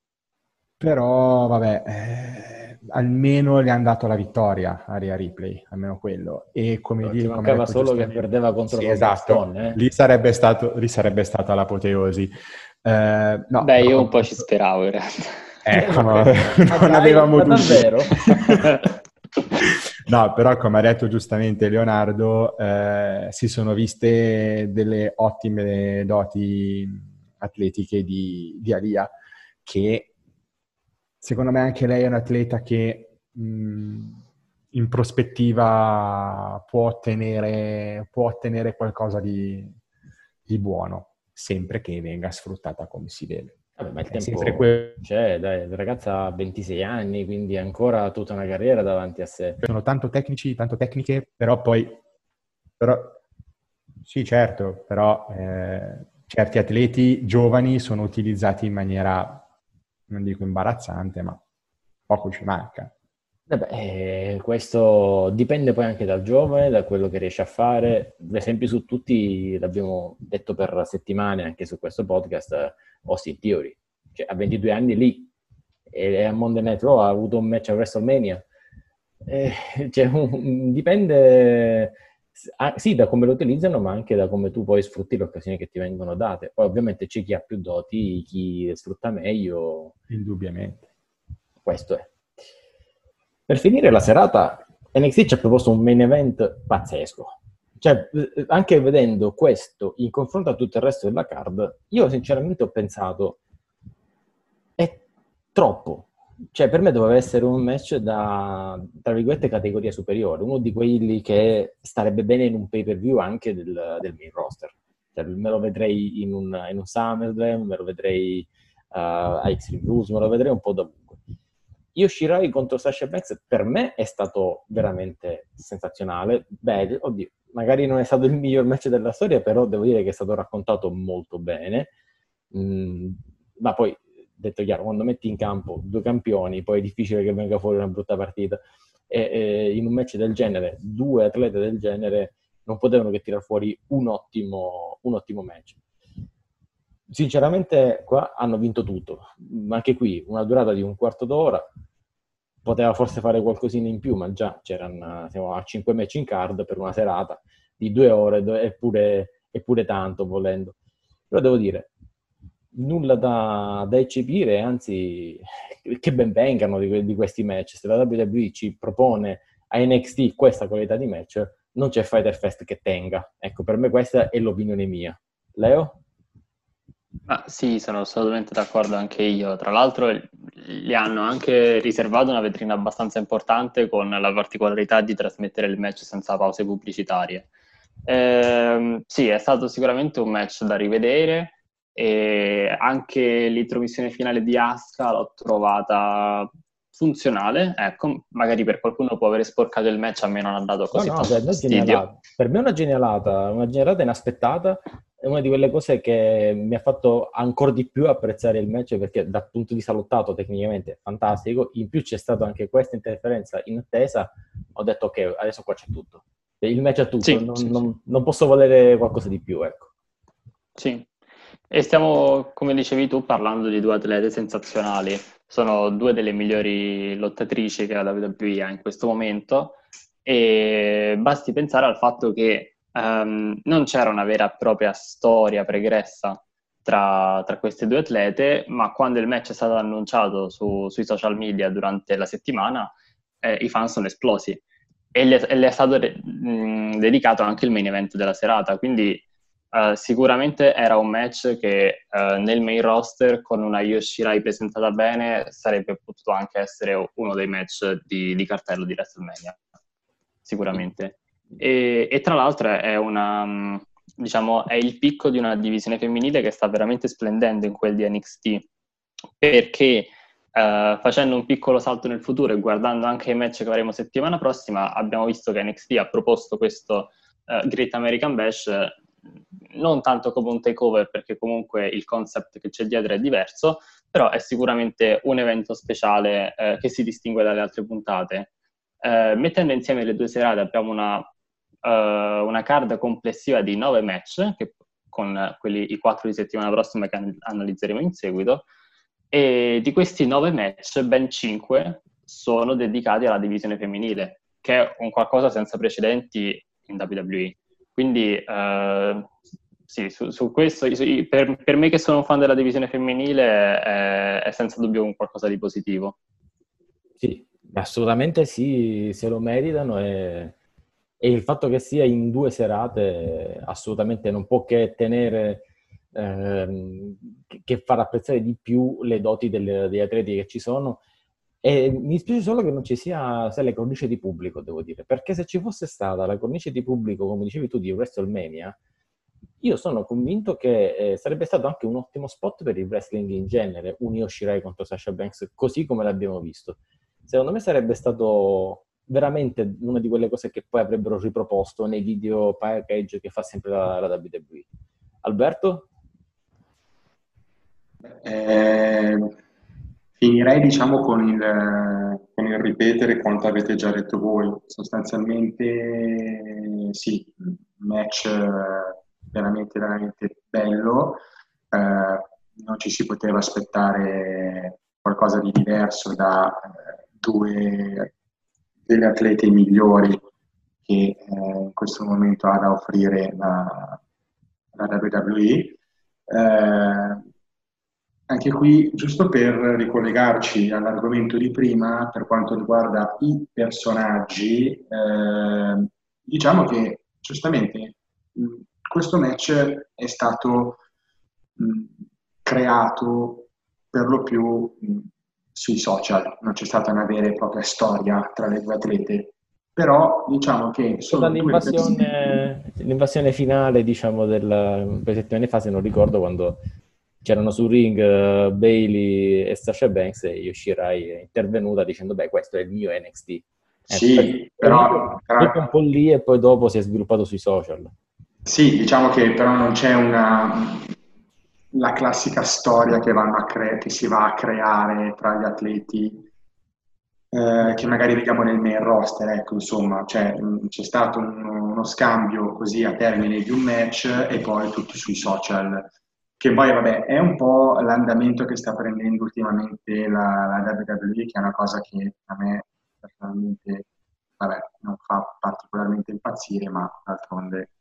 Però, vabbè, eh, almeno le hanno dato la vittoria a Rhea Ripley, almeno quello. E come, Ci dire, come ha mancava detto solo che giustamente... perdeva contro Sì, Robert esatto, Stone, eh? lì sarebbe stato, lì sarebbe stata l'apoteosi. Eh, no, Beh, però io un come ha po' ci detto... speravo in realtà. Ecco, no, Ma non dai, avevamo ma dubbi. davvero? No, però come ha detto giustamente Leonardo, eh, si sono viste delle ottime doti atletiche di, di Aliyah, che secondo me anche lei è un atleta che mh, in prospettiva può ottenere, può ottenere qualcosa di, di buono, sempre che venga sfruttata come si deve. Vabbè, ma il È tempo sempre que- c'è, dai, la ragazza ha ventisei anni, quindi ancora tutta una carriera davanti a sé. Sono tanto tecnici, tanto tecniche, però poi... Però, sì, certo, però eh, certi atleti giovani sono utilizzati in maniera, non dico imbarazzante, ma poco ci manca. Vabbè, eh, questo dipende poi anche dal giovane, da quello che riesce a fare. L'esempio su tutti, l'abbiamo detto per settimane anche su questo podcast, eh, Austin Theory. Cioè, a ventidue anni lì, e a Monday Night Raw ha avuto un match a WrestleMania. Eh, cioè, un- dipende, ah, sì, da come lo utilizzano, ma anche da come tu poi sfrutti le occasioni che ti vengono date. Poi ovviamente c'è chi ha più doti, chi le sfrutta meglio. Indubbiamente. Questo è. Per finire la serata, N X T ci ha proposto un main event pazzesco. Cioè, eh, anche vedendo questo in confronto a tutto il resto della card, io sinceramente ho pensato, è troppo. Cioè, per me doveva essere un match da, tra virgolette, categoria superiore, uno di quelli che starebbe bene in un pay-per-view anche del, del main roster. Cioè, me lo vedrei in un, in un SummerSlam, me lo vedrei uh, a Extreme Rules, me lo vedrei un po' dovunque. Io Shirai contro Sasha Banks per me è stato veramente sensazionale. Beh, oddio, magari non è stato il miglior match della storia, però devo dire che è stato raccontato molto bene. Mm, ma poi, detto chiaro, quando metti in campo due campioni, poi è difficile che venga fuori una brutta partita. E, e in un match del genere, due atlete del genere non potevano che tirare fuori un ottimo, un ottimo match. Sinceramente qua hanno vinto tutto, anche qui una durata di un quarto d'ora, poteva forse fare qualcosina in più, ma già c'erano, siamo a cinque match in card per una serata di due ore, eppure, eppure tanto volendo. Però devo dire, nulla da, da eccepire, anzi che ben vengano di, di questi match. Se la W W E ci propone a N X T questa qualità di match, non c'è Fighter Fest che tenga. Ecco, per me questa è l'opinione mia. Leo? Ah, sì, sono assolutamente d'accordo anche io. Tra l'altro gli hanno anche riservato una vetrina abbastanza importante con la particolarità di trasmettere il match senza pause pubblicitarie. Ehm, sì, è stato sicuramente un match da rivedere e anche l'intromissione finale di Asuka l'ho trovata funzionale. Ecco, magari per qualcuno può aver sporcato il match, a me non ha dato così no, no, tanto per me, fastidio. per me è una genialata, una genialata inaspettata, è una di quelle cose che mi ha fatto ancora di più apprezzare il match, perché dal punto di vista lottato tecnicamente è fantastico, in più c'è stata anche questa interferenza in attesa, ho detto ok, adesso qua c'è tutto, il match ha tutto, Sì, non, sì, sì. non, non posso volere qualcosa di più, ecco. Sì, e stiamo, come dicevi tu, parlando di due atlete sensazionali. Sono due delle migliori lottatrici che la W W E ha in questo momento e basti pensare al fatto che um, non c'era una vera e propria storia pregressa tra, tra queste due atlete, ma quando il match è stato annunciato su, sui social media durante la settimana, eh, i fan sono esplosi e le, e le è stato de- mh, dedicato anche il main event della serata, quindi Uh, sicuramente era un match che uh, nel main roster con una Io Shirai presentata bene sarebbe potuto anche essere uno dei match di, di cartello di WrestleMania, sicuramente. E, e tra l'altro è una, diciamo, è il picco di una divisione femminile che sta veramente splendendo in quel di N X T, perché uh, facendo un piccolo salto nel futuro e guardando anche i match che avremo settimana prossima, abbiamo visto che N X T ha proposto questo uh, Great American Bash non tanto come un takeover, perché comunque il concept che c'è dietro è diverso, però è sicuramente un evento speciale eh, che si distingue dalle altre puntate. Eh, mettendo insieme le due serate abbiamo una, uh, una card complessiva di nove match, che, con quelli, i quattro di settimana prossima che an- analizzeremo in seguito, e di questi nove match ben cinque sono dedicati alla divisione femminile, che è un qualcosa senza precedenti in W W E. Quindi eh, sì, su, su questo, per, per me che sono un fan della divisione femminile è, è senza dubbio un qualcosa di positivo. Sì, assolutamente sì, se lo meritano e, e il fatto che sia in due serate assolutamente non può che tenere, ehm, che far apprezzare di più le doti delle, degli atleti che ci sono. E mi dispiace solo che non ci sia, sai, le cornici di pubblico, devo dire, perché se ci fosse stata la cornice di pubblico, come dicevi tu, di WrestleMania, io sono convinto che eh, sarebbe stato anche un ottimo spot per il wrestling in genere, un Io Shirai contro Sasha Banks, così come l'abbiamo visto. Secondo me sarebbe stato veramente una di quelle cose che poi avrebbero riproposto nei video package che fa sempre la, la W W E. Alberto? Eh, finirei diciamo con il, con il ripetere quanto avete già detto voi. Sostanzialmente sì, un match eh, veramente, veramente bello. Eh, non ci si poteva aspettare qualcosa di diverso da eh, due delle atlete migliori che eh, in questo momento ha da offrire la, la W W E. Eh, anche qui, giusto per ricollegarci all'argomento di prima, per quanto riguarda i personaggi, eh, diciamo che giustamente mh, questo match è stato mh, creato per lo più mh, sui social, non c'è stata una vera e propria storia tra le due atlete, però diciamo che sono due persone. L'invasione, l'invasione finale, diciamo, del un paio di settimane fa, se non ricordo, quando c'erano sul ring uh, Bailey e Sasha Banks e Io Shirai è intervenuta dicendo beh, questo è il mio N X T. Eh, Sì, però, però un po' lì e poi dopo si è sviluppato sui social. Sì, diciamo che però non c'è una la classica storia che, vanno a cre- che si va a creare tra gli atleti eh, che magari vediamo nel main roster, ecco, insomma, cioè, mh, c'è stato un- uno scambio così a termine di un match e poi tutto sui social, che poi vabbè è un po' l'andamento che sta prendendo ultimamente la, la W W E, che è una cosa che a me personalmente vabbè, non fa particolarmente impazzire, ma d'altronde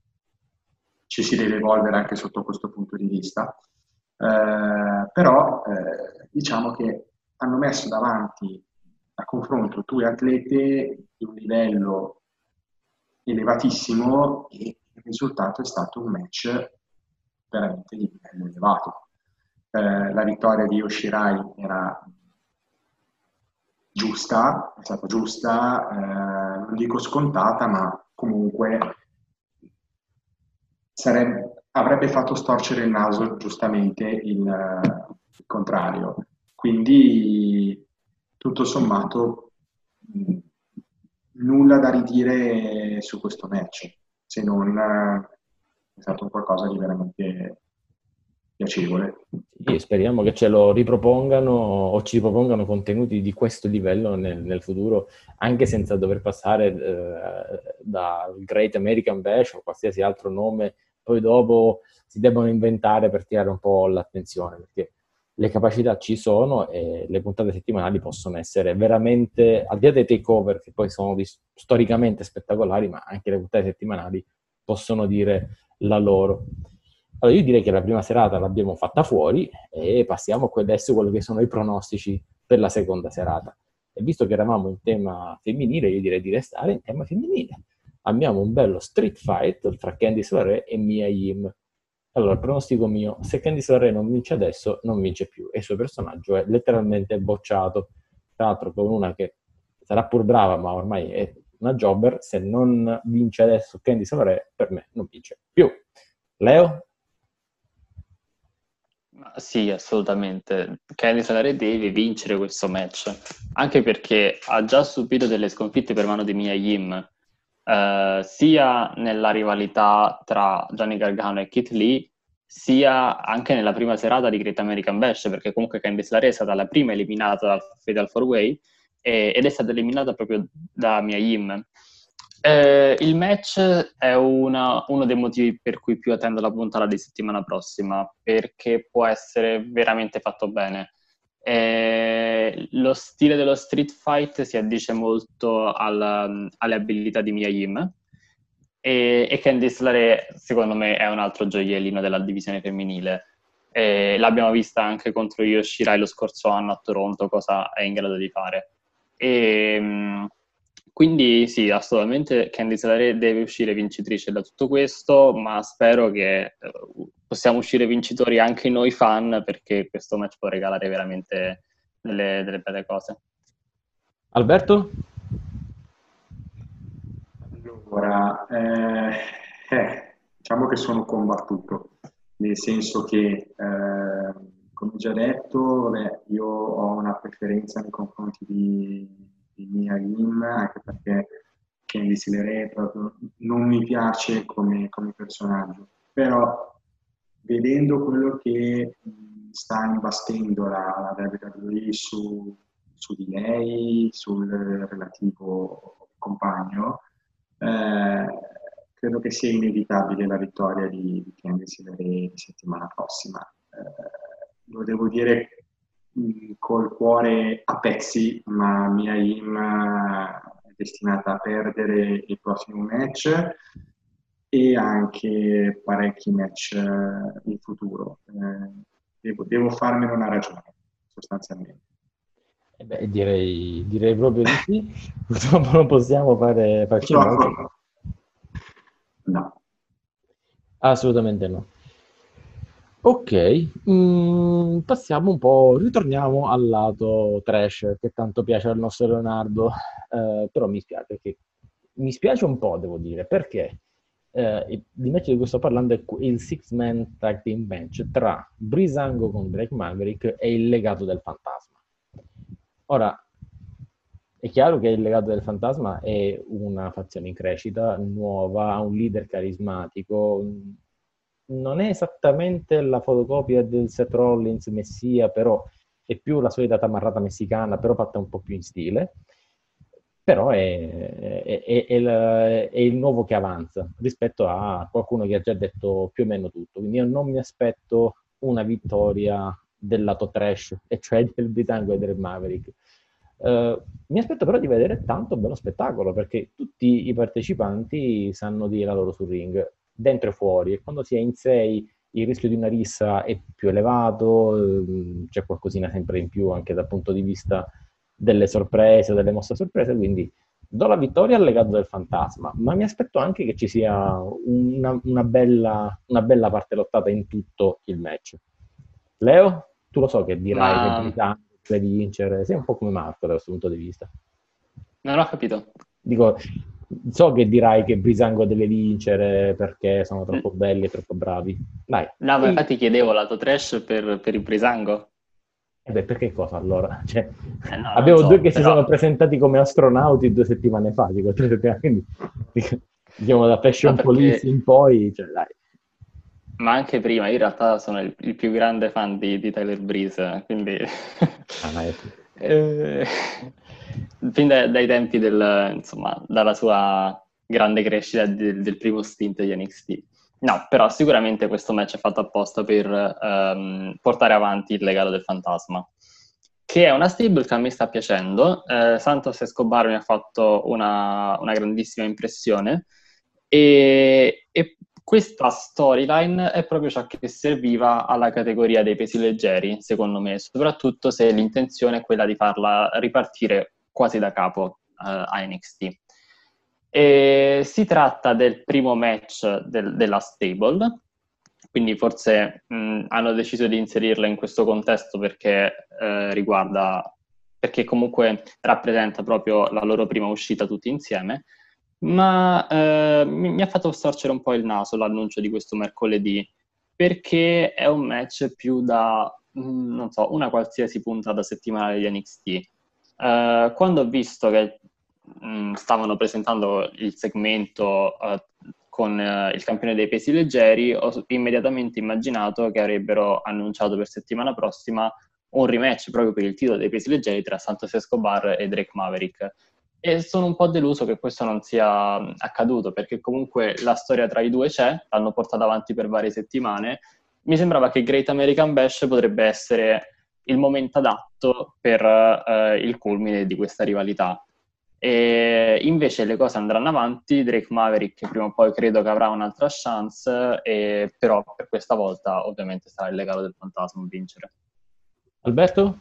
ci si deve evolvere anche sotto questo punto di vista. Eh, però eh, diciamo che hanno messo davanti a confronto due atlete di un livello elevatissimo e il risultato è stato un match veramente di livello elevato. Eh, la vittoria di Yoshirai era giusta, è stata giusta, eh, non dico scontata, ma comunque sarebbe, avrebbe fatto storcere il naso giustamente il, eh, il contrario. Quindi, tutto sommato, mh, nulla da ridire su questo match, se non eh, è stato qualcosa di veramente piacevole. Sì, speriamo che ce lo ripropongano o ci ripropongano contenuti di questo livello nel, nel futuro, anche senza dover passare eh, dal Great American Bash o qualsiasi altro nome, poi dopo si debbano inventare per tirare un po' l'attenzione, perché le capacità ci sono e le puntate settimanali possono essere veramente, al di là dei takeover che poi sono di, storicamente spettacolari, ma anche le puntate settimanali possono dire la loro. Allora io direi che la prima serata l'abbiamo fatta fuori e passiamo adesso a quello che sono i pronostici per la seconda serata. E visto che eravamo in tema femminile, io direi di restare in tema femminile. Abbiamo un bello street fight tra Candice LeRae e Mia Yim. Allora, il pronostico mio, se Candice LeRae non vince adesso, non vince più. E il suo personaggio è letteralmente bocciato. Tra l'altro con una che sarà pur brava, ma ormai è una jobber. Se non vince adesso Candice LeRae, per me non vince più. Leo? Sì, assolutamente. Candice LeRae deve vincere questo match, anche perché ha già subito delle sconfitte per mano di Mia Yim, eh, sia nella rivalità tra Johnny Gargano e Keith Lee, sia anche nella prima serata di Great American Bash, perché comunque Candice LeRae è stata la prima eliminata dal Fatal four way e, ed è stata eliminata proprio da Mia Yim. Eh, il match è una, uno dei motivi per cui più attendo la puntata di settimana prossima, perché può essere veramente fatto bene. Eh, lo stile dello street fight si addice molto al, alle abilità di Mia Yim e, e Candice LeRae secondo me è un altro gioiellino della divisione femminile. Eh, l'abbiamo vista anche contro Io Shirai lo scorso anno a Toronto, cosa è in grado di fare. E, quindi sì, assolutamente Candice LeRae deve uscire vincitrice da tutto questo, ma spero che uh, possiamo uscire vincitori anche noi fan, perché questo match può regalare veramente delle, delle belle cose. Alberto? Allora, eh, eh, diciamo che sono combattuto, nel senso che, eh, come già detto, beh, io ho una preferenza nei confronti di, di Mia Lim, anche perché Candice LeRae proprio non mi piace come, come personaggio, però vedendo quello che mh, sta imbastendo la, la W W E su, su di lei, sul relativo compagno, eh, credo che sia inevitabile la vittoria di, di Candice LeRae di settimana prossima. Eh, lo devo dire mh, col cuore a pezzi, ma Mia Yim è destinata a perdere il prossimo match e anche parecchi match eh, in futuro. Eh, devo, devo farmene una ragione, sostanzialmente. Eh beh, direi, direi proprio di sì. Purtroppo non possiamo fare, farci molto. Purtroppo no. Assolutamente no. Ok, mm, passiamo un po', ritorniamo al lato trash che tanto piace al nostro Leonardo, eh, però mi spiace che mi spiace un po', devo dire, perché eh, il il match di cui sto parlando è il six-man tag team match tra Breezango con Drake Maverick e il legato del fantasma. Ora, è chiaro che il legato del fantasma è una fazione in crescita, nuova, ha un leader carismatico, non è esattamente la fotocopia del Seth Rollins Messia, però è più la solita tamarrata messicana, però fatta un po' più in stile. Però è, è- è- è la- è il nuovo che avanza rispetto a qualcuno che ha già detto più o meno tutto. Quindi io non mi aspetto una vittoria del lato trash, e cioè del Britannico e del Maverick. Eh, mi aspetto però di vedere tanto bello spettacolo, perché tutti i partecipanti sanno dire la loro sul ring, dentro e fuori, e quando si è in sei il rischio di una rissa è più elevato, ehm, c'è qualcosina sempre in più anche dal punto di vista delle sorprese, delle mosse a sorpresa, quindi do la vittoria al legato del fantasma, ma mi aspetto anche che ci sia una, una bella, una bella parte lottata in tutto il match. Leo, tu lo so che dirai che Ma Britannia deve vincere, sei un po' come Marco da questo punto di vista. non ho capito. Dico, so che dirai che Brisango deve vincere perché sono Mm, troppo belli e troppo bravi. Dai, No, ma sì. infatti chiedevo lato trash per, per il Brisango. E beh, perché cosa allora? Cioè, Eh no, non abbiamo due so, che si però... sono presentati come astronauti due settimane fa, dico, tre settimane, quindi diciamo da No, Fashion Police perché... in poi, cioè, dai. Ma anche prima, io in realtà sono il, il più grande fan di, di Tyler Breeze, quindi... Ah, ecco. eh, fin dai, dai tempi del, insomma, dalla sua grande crescita del, del primo stint di N X T. No, però sicuramente questo match è fatto apposta per ehm, portare avanti il legado del fantasma, che è una stable che a me sta piacendo. Eh, Santos Escobar mi ha fatto una, una grandissima impressione e, e questa storyline è proprio ciò che serviva alla categoria dei pesi leggeri, secondo me, soprattutto se l'intenzione è quella di farla ripartire quasi da capo eh, a N X T. E si tratta del primo match del- della stable, quindi forse mh, hanno deciso di inserirla in questo contesto perché eh, riguarda, perché comunque rappresenta proprio la loro prima uscita tutti insieme, ma eh, mi, mi ha fatto storcere un po' il naso l'annuncio di questo mercoledì, perché è un match più da, mh, non so, una qualsiasi puntata settimanale di N X T. Eh, quando ho visto che mh, stavano presentando il segmento eh, con eh, il campione dei pesi leggeri, ho immediatamente immaginato che avrebbero annunciato per settimana prossima un rematch proprio per il titolo dei pesi leggeri tra Santos Escobar e Drake Maverick. E sono un po' deluso che questo non sia accaduto, perché comunque la storia tra i due c'è, l'hanno portata avanti per varie settimane. Mi sembrava che Great American Bash potrebbe essere il momento adatto per eh, il culmine di questa rivalità. E invece le cose andranno avanti, Drake Maverick prima o poi credo che avrà un'altra chance, e però per questa volta ovviamente sarà il legado del fantasma a vincere. Alberto?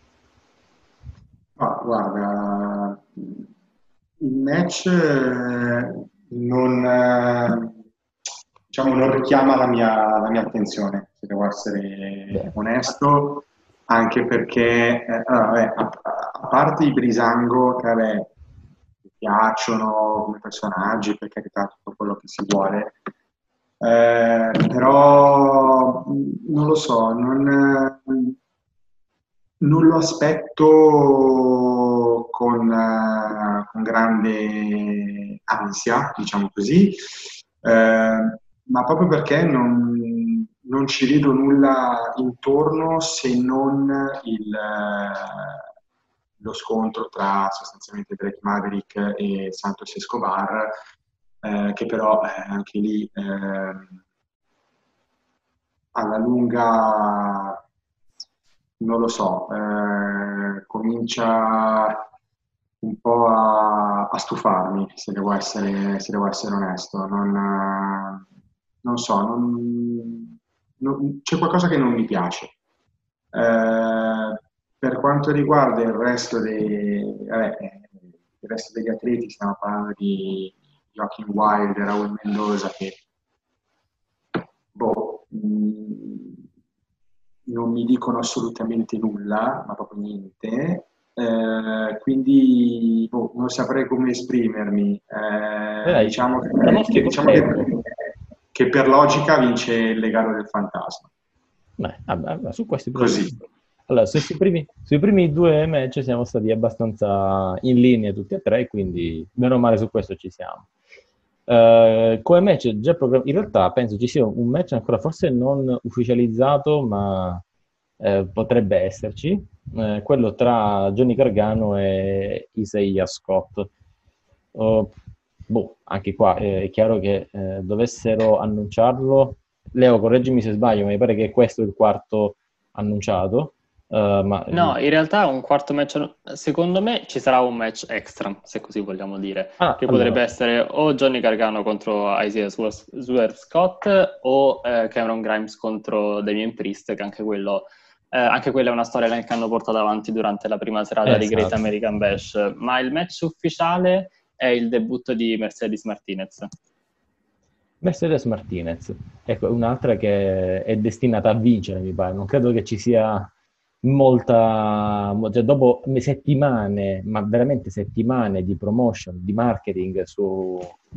Ma guarda, il match eh, non, eh, diciamo, non richiama la mia, la mia attenzione, se devo essere Beh, onesto, anche perché, eh, allora, vabbè, a, a a parte i Brisango, che vabbè, mi piacciono come personaggi, per carità, tutto quello che si vuole, eh, però non lo so, non, non lo aspetto con, eh, con grande ansia, diciamo così, eh, ma proprio perché non, non ci vedo nulla intorno se non il, eh, lo scontro tra sostanzialmente Drake Maverick e Santos Escobar, eh, che però eh, anche lì eh, alla lunga non lo so, eh, comincia un po' a, a stufarmi, se devo essere, se devo essere onesto. Non, eh, non so, non- non- c'è qualcosa che non mi piace. Eh, per quanto riguarda il resto dei, vabbè, eh, il resto degli atleti, stiamo parlando di Joaquin Wilder, Raul Mendoza, che boh, mh, non mi dicono assolutamente nulla, ma proprio niente. Eh, quindi boh, non saprei come esprimermi. Eh, Dai, diciamo che, conosci che- diciamo che, contento. che per logica vince il legame del fantasma. Beh, vabbè, vabbè, su questi primi... Così. Allora, su questi primi- sui primi due match siamo stati abbastanza in linea tutti e tre, quindi meno male su questo ci siamo. Eh, come match già programmato, in realtà penso ci sia un match ancora forse non ufficializzato, ma eh, potrebbe esserci, eh, quello tra Johnny Gargano e Isaiah Scott. Oh, boh, anche qua eh, è chiaro che eh, dovessero annunciarlo. Leo, correggimi se sbaglio, ma mi pare che questo è il quarto annunciato. eh, ma No, in realtà un quarto match, secondo me ci sarà un match extra, se così vogliamo dire, ah, che allora, potrebbe essere o Johnny Gargano contro Isaiah Swerve Scott o eh, Cameron Grimes contro Damien Priest, che anche quello, eh, anche quella è una storia che hanno portato avanti durante la prima serata di Great esatto. American Bash, ma il match ufficiale è il debutto di Mercedes Martinez. Mercedes Martinez, ecco, un'altra che è destinata a vincere, mi pare. Non credo che ci sia molta, mo- cioè dopo settimane, ma veramente settimane di promotion, di marketing su,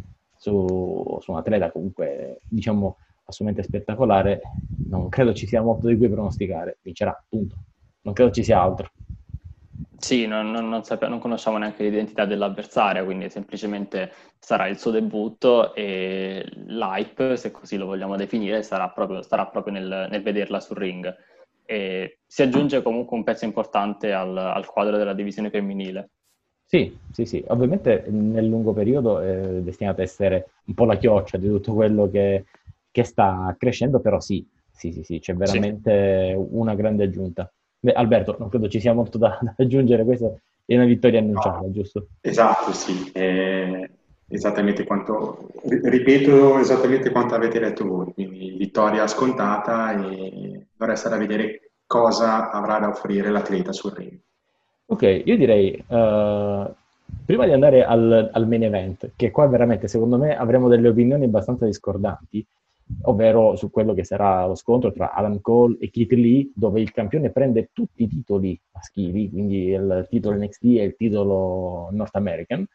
su, su un atleta comunque, diciamo, assolutamente spettacolare, non credo ci sia molto di cui pronosticare. Vincerà, punto. Non credo ci sia altro. Sì, non, non, non, sape- non conosciamo neanche l'identità dell'avversaria, quindi semplicemente sarà il suo debutto e l'hype, se così lo vogliamo definire, sarà proprio, starà proprio nel, nel vederla sul ring. E si aggiunge comunque un pezzo importante al, al quadro della divisione femminile. Sì, sì, sì, ovviamente nel lungo periodo è destinata a essere un po' la chioccia di tutto quello che, che sta crescendo, però sì, sì, sì, sì, c'è Sì. veramente una grande aggiunta. Beh, Alberto, non credo ci sia molto da, da aggiungere, questa è una vittoria annunciata, No, giusto? esatto, sì, è esattamente quanto, ri- ripeto esattamente quanto avete detto voi, quindi vittoria scontata e ora sarà vedere cosa avrà da offrire l'atleta sul ring. Ok, io direi, eh, prima di andare al, al main event, che qua veramente secondo me avremo delle opinioni abbastanza discordanti, ovvero su quello che sarà lo scontro tra Adam Cole e Keith Lee, dove il campione prende tutti i titoli maschili, quindi il titolo N X T e il titolo North American.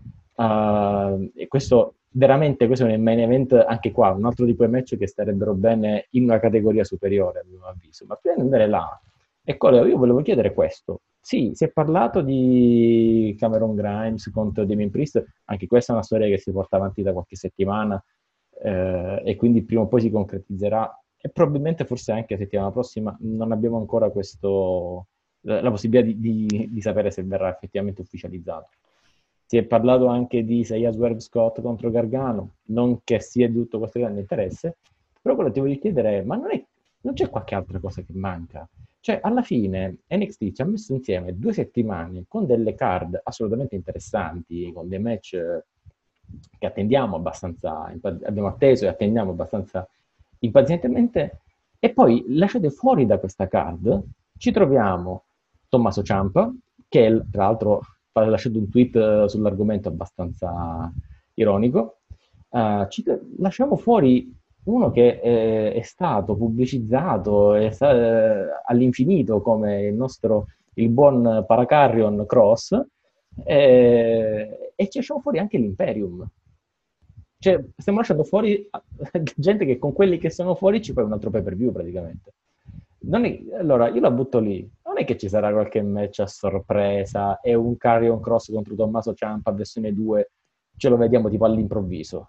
Uh, e questo veramente questo è un main event anche qua, un altro tipo di match che starebbero bene in una categoria superiore, a mio avviso. Ma prima di andare là, ecco, io volevo chiedere questo. Sì, si è parlato di Cameron Grimes contro Damien Priest, anche questa è una storia che si porta avanti da qualche settimana eh, e quindi prima o poi si concretizzerà e probabilmente forse anche la settimana prossima non abbiamo ancora questo, la, la possibilità di, di, di sapere se verrà effettivamente ufficializzato. Si è parlato anche di Isaiah Swerve Scott contro Gargano, non che sia di tutto questo grande interesse, però quello che ti voglio chiedere è, ma non, è, non c'è qualche altra cosa che manca? Cioè, alla fine N X T ci ha messo insieme due settimane con delle card assolutamente interessanti, con dei match che attendiamo abbastanza, abbiamo atteso e attendiamo abbastanza impazientemente, e poi lasciate fuori da questa card, ci troviamo Tommaso Ciampa, che tra l'altro ha lasciato un tweet sull'argomento abbastanza ironico, uh, ci lasciamo fuori uno che è, è stato pubblicizzato è sta- all'infinito come il nostro il buon Paracarrion Cross, e, e ci lasciamo fuori anche l'Imperium. Cioè, stiamo lasciando fuori gente che con quelli che sono fuori ci fai un altro pay-per-view praticamente. Non è, allora, io la butto lì. Non è che ci sarà qualche match a sorpresa e un Karrion Cross contro Tommaso Ciampa versione due ce lo vediamo tipo all'improvviso.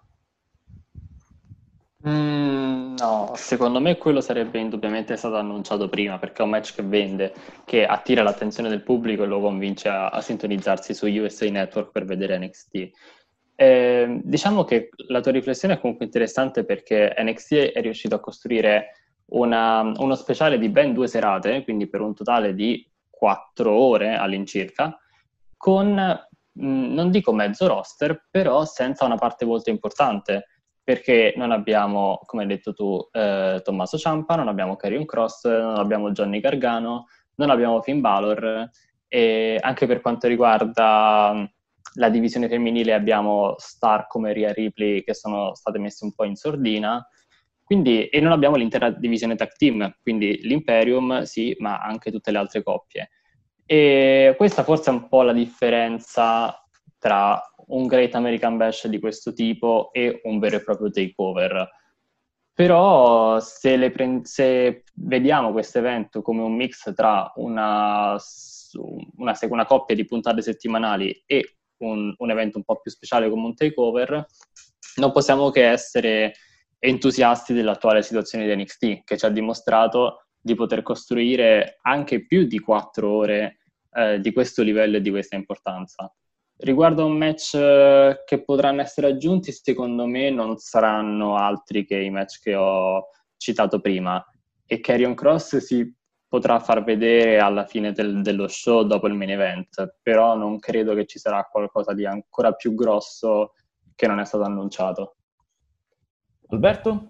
Mm, no, secondo me quello sarebbe indubbiamente stato annunciato prima, perché è un match che vende, che attira l'attenzione del pubblico e lo convince a, a sintonizzarsi su U S A Network per vedere N X T. Eh, diciamo che la tua riflessione è comunque interessante, perché N X T è riuscito a costruire una, uno speciale di ben due serate, quindi per un totale di quattro ore all'incirca, con, mh, non dico mezzo roster, però senza una parte molto importante, perché non abbiamo, come hai detto tu, eh, Tommaso Ciampa, non abbiamo Karrion Cross, non abbiamo Johnny Gargano, non abbiamo Finn Balor, e anche per quanto riguarda la divisione femminile abbiamo star come Rhea Ripley che sono state messe un po' in sordina, quindi, e non abbiamo l'intera divisione tag team, quindi l'Imperium sì, ma anche tutte le altre coppie. E questa forse è un po' la differenza tra un Great American Bash di questo tipo e un vero e proprio takeover. Però se, le pre- se vediamo questo evento come un mix tra una, una, una coppia di puntate settimanali e un, un evento un po' più speciale come un takeover, non possiamo che essere entusiasti dell'attuale situazione di N X T, che ci ha dimostrato di poter costruire anche più di quattro ore eh, di questo livello e di questa importanza. Riguardo a un match eh, che potranno essere aggiunti, secondo me non saranno altri che i match che ho citato prima, e Karrion Cross si potrà far vedere alla fine del, dello show dopo il main event, però non credo che ci sarà qualcosa di ancora più grosso che non è stato annunciato. Alberto?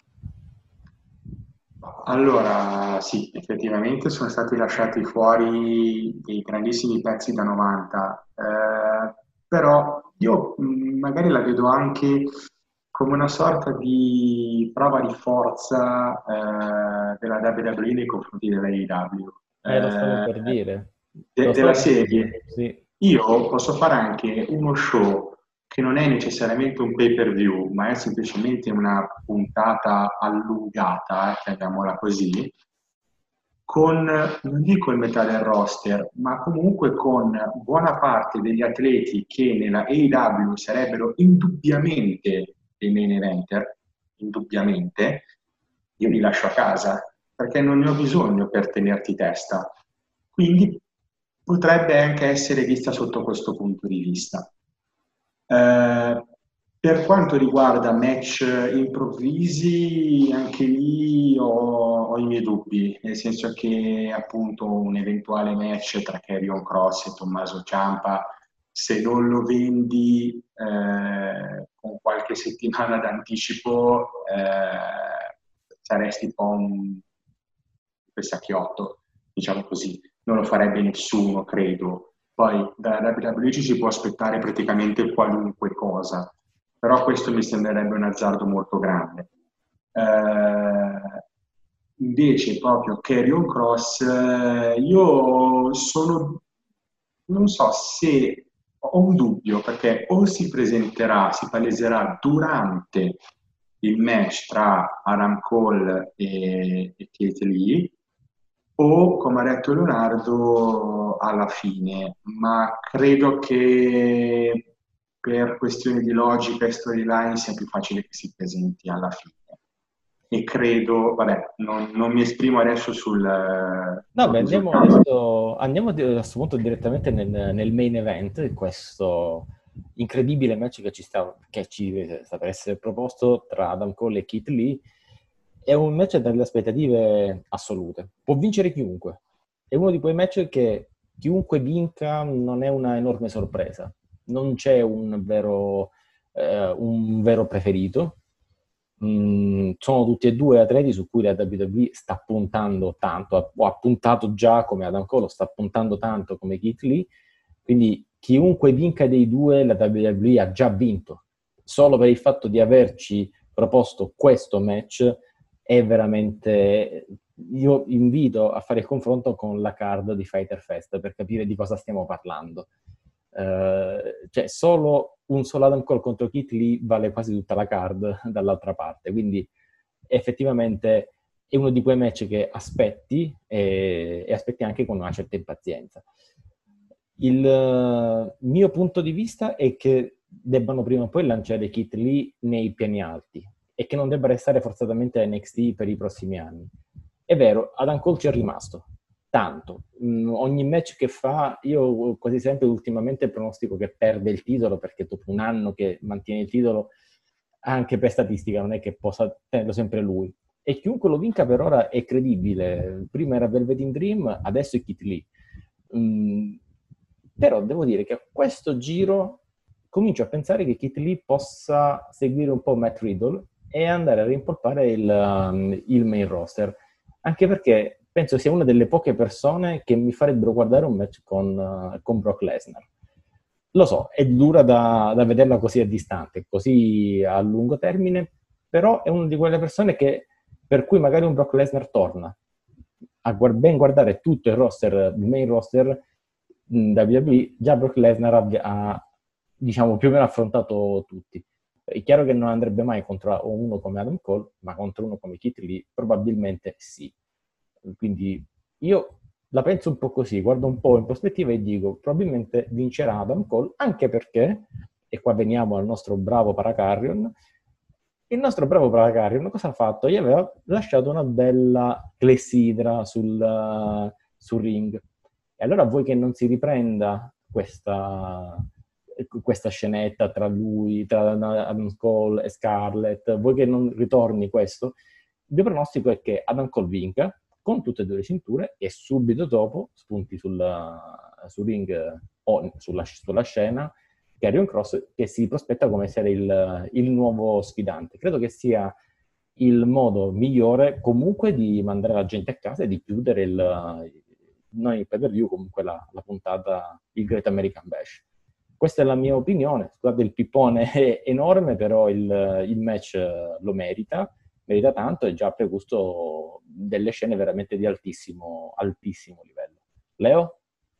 Allora, sì, effettivamente sono stati lasciati fuori dei grandissimi pezzi da novanta, eh, però io mh, magari la vedo anche come una sorta di prova di forza eh, della W W E nei confronti della A E W. Eh, lo stavo Eh, per dire. de- Lo della stavo per dire, serie. sì. Io posso fare anche uno show che non è necessariamente un pay-per-view, ma è semplicemente una puntata allungata, chiamiamola così, con, non dico il metà del roster, ma comunque con buona parte degli atleti che nella A E W sarebbero indubbiamente dei main eventer, indubbiamente, io li lascio a casa, perché non ne ho bisogno per tenerti testa. Quindi potrebbe anche essere vista sotto questo punto di vista. Eh, per quanto riguarda match improvvisi, anche lì ho, ho i miei dubbi, nel senso che appunto un eventuale match tra Karrion Cross e Tommaso Ciampa, se non lo vendi eh, con qualche settimana d'anticipo, eh, saresti un po' un pesacchiotto, diciamo così. Non lo farebbe nessuno, credo. Poi dalla W W E ci si può aspettare praticamente qualunque cosa, però questo mi sembrerebbe un azzardo molto grande. Eh, invece proprio Karrion Cross, eh, io sono, non so se ho un dubbio, perché o si presenterà, si paleserà durante il match tra Adam Cole e, e Keith Lee, o, come ha detto Leonardo, alla fine, ma credo che per questioni di logica e storyline sia più facile che si presenti alla fine. E credo, vabbè, non, non mi esprimo adesso sul... No, sul beh, andiamo risultato. adesso, andiamo di- a questo punto direttamente nel, nel main event, questo incredibile match che ci sta, che ci sta per essere proposto tra Adam Cole e Keith Lee. È un match dalle aspettative assolute. Può vincere chiunque. È uno di quei match che chiunque vinca non è una enorme sorpresa. Non c'è un vero, eh, un vero preferito. Mm, sono tutti e due atleti su cui la W W E sta puntando tanto, o ha puntato già come Adam Cole, sta puntando tanto come Keith Lee, quindi chiunque vinca dei due la W W E ha già vinto. Solo per il fatto di averci proposto questo match è veramente io invito a fare il confronto con la card di Fighter Fest per capire di cosa stiamo parlando. Uh, cioè solo un solo Adam Cole contro Keith Lee vale quasi tutta la card dall'altra parte, quindi effettivamente è uno di quei match che aspetti e, e aspetti anche con una certa impazienza. Il uh, mio punto di vista è che debbano prima o poi lanciare Keith Lee nei piani alti e che non debba restare forzatamente a N X T per i prossimi anni. È vero, Adam Cole ci è rimasto tanto. Mm, ogni match che fa, io quasi sempre ultimamente pronostico che perde il titolo, perché dopo un anno che mantiene il titolo, anche per statistica non è che possa tenerlo sempre lui. E chiunque lo vinca per ora è credibile. Prima era Velveteen Dream, adesso è Keith Lee. Mm, però devo dire che a questo giro comincio a pensare che Keith Lee possa seguire un po' Matt Riddle e andare a rimpolpare il, um, il main roster. Anche perché penso sia una delle poche persone che mi farebbero guardare un match con, uh, con Brock Lesnar. Lo so, è dura da, da vederla così a distante, così a lungo termine, però è una di quelle persone che, per cui magari un Brock Lesnar torna a guard- ben guardare tutto il roster, il main roster mh, W W E, già Brock Lesnar ha, ha diciamo più o meno affrontato tutti. È chiaro che non andrebbe mai contro uno come Adam Cole, ma contro uno come Keith Lee probabilmente sì. Quindi io la penso un po' così, guardo un po' in prospettiva e dico probabilmente vincerà Adam Cole, anche perché, e qua veniamo al nostro bravo Paracarrion, il nostro bravo Paracarrion cosa ha fatto? Gli aveva lasciato una bella clessidra sul, sul ring. E allora vuoi che non si riprenda questa, questa scenetta tra lui, tra Adam Cole e Scarlett, vuoi che non ritorni questo? Il mio pronostico è che Adam Cole vinca con tutte e due le cinture e subito dopo spunti sul, sul ring o sulla, sulla scena Karrion Kross, che si prospetta come essere il, il nuovo sfidante. Credo che sia il modo migliore comunque di mandare la gente a casa e di chiudere il, non il pay-per-view, comunque la, la puntata, il Great American Bash. Questa è la mia opinione. Scusate, il pippone è enorme, però il, il match lo merita. merita tanto e già ha pregusto delle scene veramente di altissimo, altissimo livello. Leo?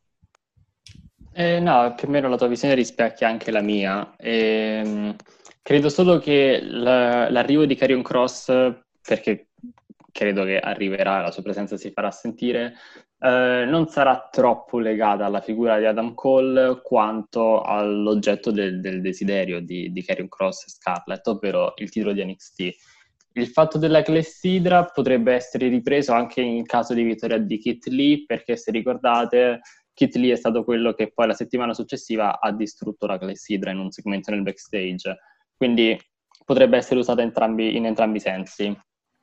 Eh, no, più o meno la tua visione rispecchia anche la mia. Ehm, credo solo che la- l'arrivo di Karrion Kross, perché credo che arriverà, la sua presenza si farà sentire, eh, non sarà troppo legata alla figura di Adam Cole quanto all'oggetto del, del desiderio di, di Karrion Kross e Scarlett, ovvero il titolo di N X T. Il fatto della clessidra potrebbe essere ripreso anche in caso di vittoria di Keith Lee, perché se ricordate, Keith Lee è stato quello che poi la settimana successiva ha distrutto la clessidra in un segmento nel backstage. Quindi potrebbe essere usata entrambi, in entrambi i sensi.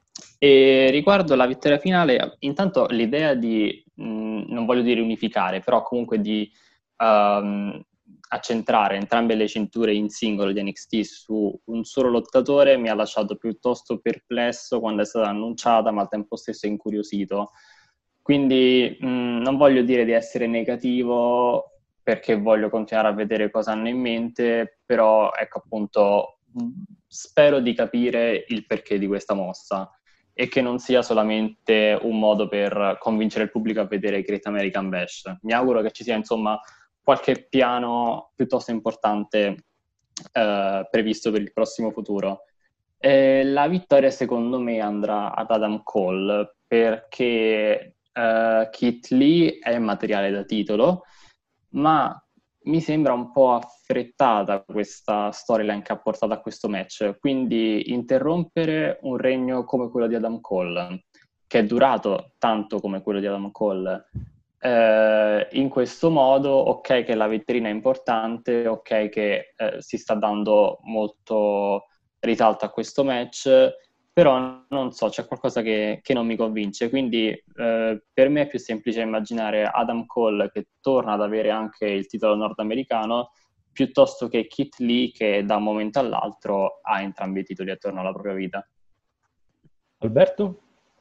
E riguardo la vittoria finale, intanto l'idea di, mh, non voglio dire unificare, però comunque di um, accentrare entrambe le cinture in singolo di N X T su un solo lottatore mi ha lasciato piuttosto perplesso quando è stata annunciata, ma al tempo stesso incuriosito. Quindi mh, non voglio dire di essere negativo, perché voglio continuare a vedere cosa hanno in mente, però ecco appunto spero di capire il perché di questa mossa e che non sia solamente un modo per convincere il pubblico a vedere Great American Bash. Mi auguro che ci sia insomma qualche piano piuttosto importante eh, previsto per il prossimo futuro. E la vittoria secondo me andrà ad Adam Cole perché uh, Keith Lee è materiale da titolo, ma mi sembra un po' affrettata questa storyline che ha portato a questo match, quindi interrompere un regno come quello di Adam Cole, che è durato tanto come quello di Adam Cole, eh, in questo modo, ok che la vetrina è importante, ok che eh, si sta dando molto risalto a questo match, però non so, c'è qualcosa che, che non mi convince, quindi eh, per me è più semplice immaginare Adam Cole che torna ad avere anche il titolo nordamericano piuttosto che Keith Lee che da un momento all'altro ha entrambi i titoli attorno alla propria vita. Alberto?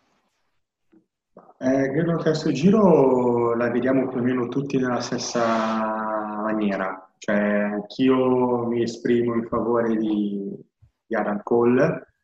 Eh, credo che a questo giro la vediamo più o meno tutti nella stessa maniera, cioè anch'io mi esprimo in favore di, di Adam Cole,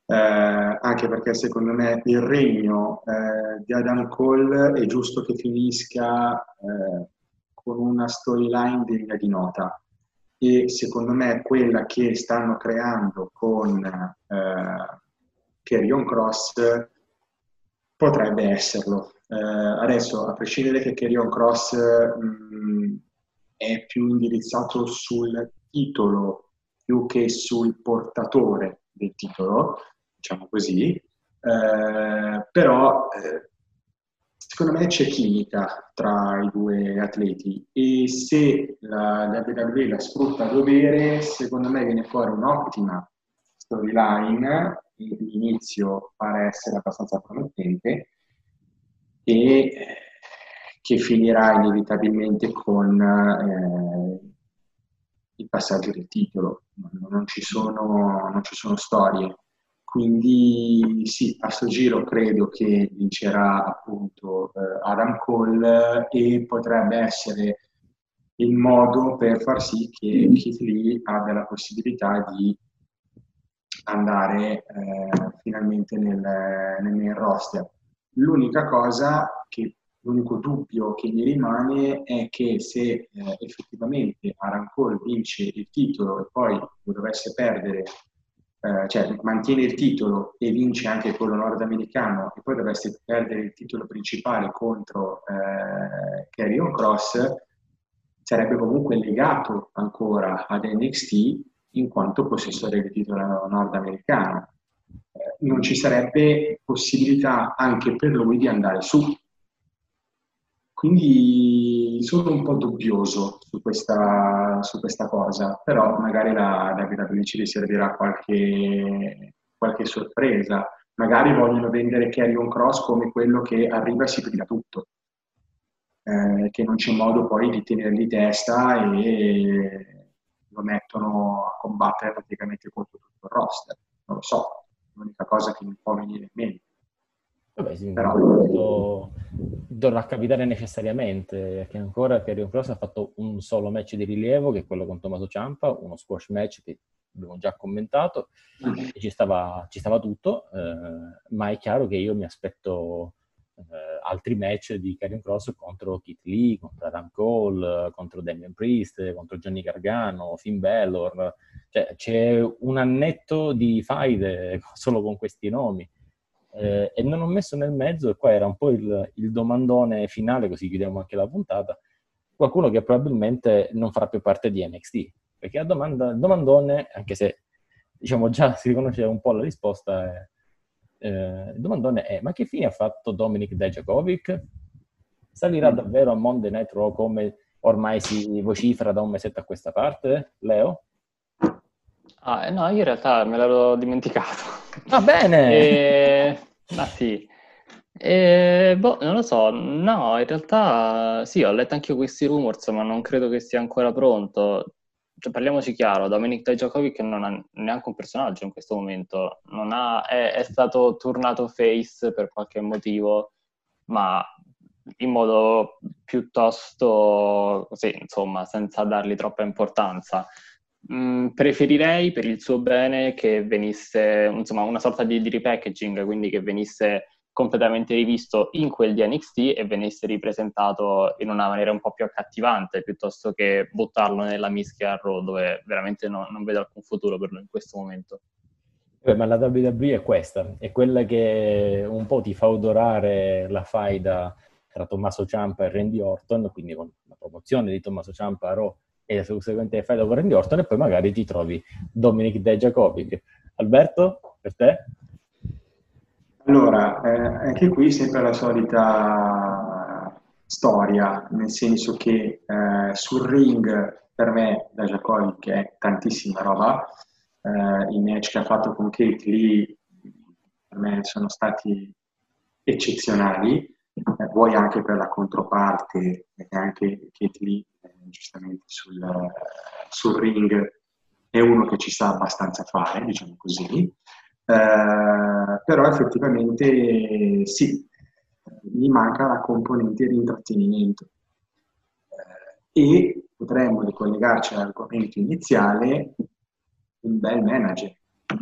eh, anche perché secondo me il regno eh, di Adam Cole è giusto che finisca eh, con una storyline degna di nota, e secondo me quella che stanno creando con eh, Karrion Kross potrebbe esserlo. Eh, adesso, a prescindere che Karrion Kross mh, è più indirizzato sul titolo più che sul portatore del titolo, diciamo così, eh, però eh, secondo me c'è chimica tra i due atleti, e se la, la W W E la sfrutta a dovere, secondo me viene fuori un'ottima storyline. L'inizio pare essere abbastanza promettente e che finirà inevitabilmente con eh, il passaggio del titolo. Non ci sono, non ci sono storie. Quindi sì, a sto giro credo che vincerà appunto eh, Adam Cole, e potrebbe essere il modo per far sì che Keith Lee abbia la possibilità di andare eh, finalmente nel, nel main roster. L'unica cosa che, l'unico dubbio che mi rimane è che se eh, effettivamente Adam Cole vince il titolo e poi lo dovesse perdere, eh, cioè mantiene il titolo e vince anche quello nordamericano, e poi dovesse perdere il titolo principale contro eh, Karrion Kross, sarebbe comunque legato ancora ad N X T in quanto possessore del titolo nordamericano. Eh, non ci sarebbe possibilità anche per lui di andare su. Quindi sono un po' dubbioso su questa, su questa cosa, però magari la W W E ci riserverà qualche, qualche sorpresa. Magari vogliono vendere Karrion Kross come quello che arriva e si piglia tutto, eh, che non c'è modo poi di tenergli testa e lo mettono a combattere praticamente contro tutto il roster. Non lo so, l'unica cosa che mi può venire in mente. Vabbè, sì, Però questo dovrà capitare necessariamente, perché ancora Karrion Kross ha fatto un solo match di rilievo, che è quello con Tommaso Ciampa, uno squash match che abbiamo già commentato, e ci stava, ci stava tutto, eh, ma è chiaro che io mi aspetto eh, altri match di Karrion Kross contro Keith Lee, contro Adam Cole, contro Damian Priest, contro Johnny Gargano, Finn Balor. Cioè, c'è un annetto di faide solo con questi nomi. Eh, e non ho messo nel mezzo, e qua era un po' il, il domandone finale, così chiudiamo anche la puntata, qualcuno che probabilmente non farà più parte di N X T, perché la domanda, il domandone, anche se diciamo già si riconosce un po' la risposta, è, eh, il domandone è: ma che fine ha fatto Dominik Dijakovic? Salirà davvero a Monday Night Raw come ormai si vocifera da un mesetto a questa parte, Leo? Ah, no, io in realtà me l'ero dimenticato. Va bene! E... Ah sì. E, boh, non lo so, no, in realtà sì, ho letto anche io questi rumors, ma non credo che sia ancora pronto. Cioè, parliamoci chiaro, Dominik Dijakovic non ha neanche un personaggio in questo momento, non ha, è, è stato turnato face per qualche motivo, ma in modo piuttosto così, insomma, senza dargli troppa importanza. Mm, preferirei per il suo bene che venisse, insomma, una sorta di, di repackaging, quindi che venisse completamente rivisto in quel di N X T e venisse ripresentato in una maniera un po' più accattivante, piuttosto che buttarlo nella mischia a Raw, dove veramente no, non vedo alcun futuro per lui in questo momento. Eh, ma la W W E è questa, è quella che un po' ti fa odorare la faida tra Tommaso Ciampa e Randy Orton, quindi con la promozione di Tommaso Ciampa a Raw e la subsequente faida con Randy Orton, e poi magari ti trovi Dominik Dijakovic. Alberto, per te? Allora, eh, anche qui sempre la solita storia, nel senso che eh, sul ring per me Dijakovic è tantissima roba, eh, i match che ha fatto con Keith Lee per me sono stati eccezionali, eh, vuoi anche per la controparte, perché anche Keith Lee eh, giustamente sul, sul ring è uno che ci sa abbastanza fare, diciamo così. Uh, però effettivamente sì, gli manca la componente di intrattenimento uh, e potremmo ricollegarci all'argomento iniziale, un bel manager,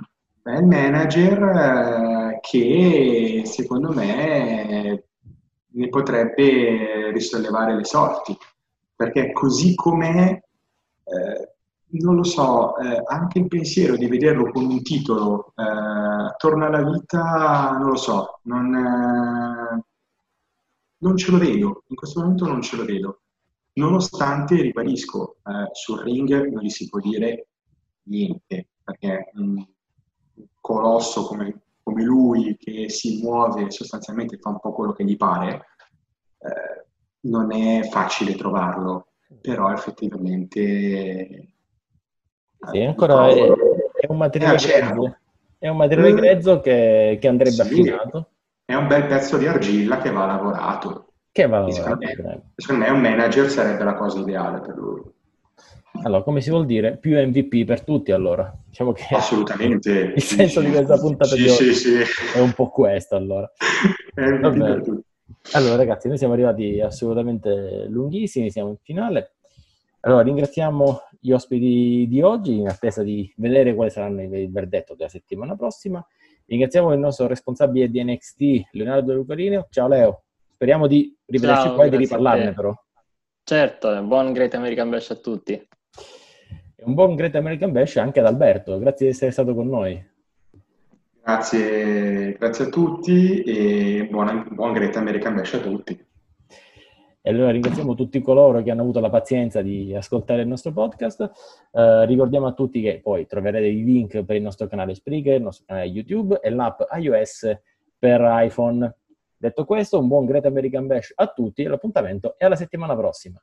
è il manager eh, che secondo me ne potrebbe risollevare le sorti, perché così com'è, eh, non lo so, eh, anche il pensiero di vederlo con un titolo eh, torna alla vita, non lo so, non, eh, non ce lo vedo, in questo momento non ce lo vedo, nonostante, ribadisco, eh, sul ring non gli si può dire niente, perché un colosso come, come lui, che si muove sostanzialmente, fa un po' quello che gli pare, eh, non è facile trovarlo, però effettivamente sì, ancora è, è un materiale grezzo, è un materiale grezzo che, che andrebbe sì, affinato. È un bel pezzo di argilla che va lavorato. Che va secondo, me, secondo me un manager sarebbe la cosa ideale per lui. Allora, come si vuol dire, più M V P per tutti, allora. Diciamo che assolutamente. Il sì, senso sì. di questa puntata sì, di oggi sì, sì. è un po' questo, allora. M V P per tutti. Allora, ragazzi, noi siamo arrivati assolutamente lunghissimi, siamo in finale. Allora, ringraziamo gli ospiti di oggi, in attesa di vedere quali saranno il verdetto della settimana prossima. Ringraziamo il nostro responsabile di N X T, Leonardo Lucarinio. Ciao Leo, speriamo di rivederci qua e di riparlarne però. Certo, buon Great American Bash a tutti. E un buon Great American Bash anche ad Alberto, grazie di essere stato con noi. Grazie, grazie a tutti e buon, buon Great American Bash a tutti. E allora ringraziamo tutti coloro che hanno avuto la pazienza di ascoltare il nostro podcast. Eh, ricordiamo a tutti che poi troverete i link per il nostro canale Spreaker, il nostro canale YouTube e l'app iOS per iPhone. Detto questo, un buon Great American Bash a tutti e l'appuntamento è alla settimana prossima.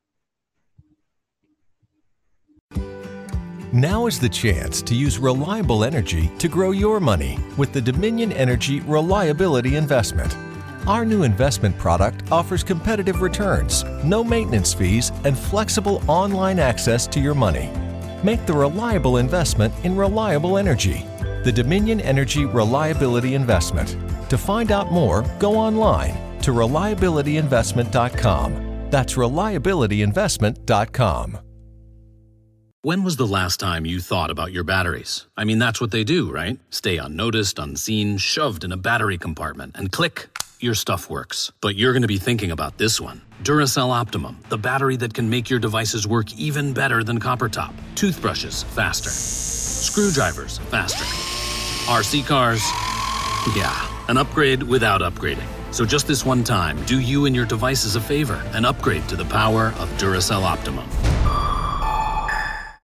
Now is the chance to use reliable energy to grow your money with the Dominion Energy Reliability Investment. Our new investment product offers competitive returns, no maintenance fees, and flexible online access to your money. Make the reliable investment in reliable energy. The Dominion Energy Reliability Investment. To find out more, go online to reliability investment dot com. That's reliability investment dot com. When was the last time you thought about your batteries? I mean, that's what they do, right? Stay unnoticed, unseen, shoved in a battery compartment, and click, your stuff works. But you're going to be thinking about this one. Duracell Optimum, the battery that can make your devices work even better than copper top. Toothbrushes, faster. Screwdrivers, faster. R C cars, yeah, an upgrade without upgrading. So just this one time, do you and your devices a favor and upgrade to the power of Duracell Optimum.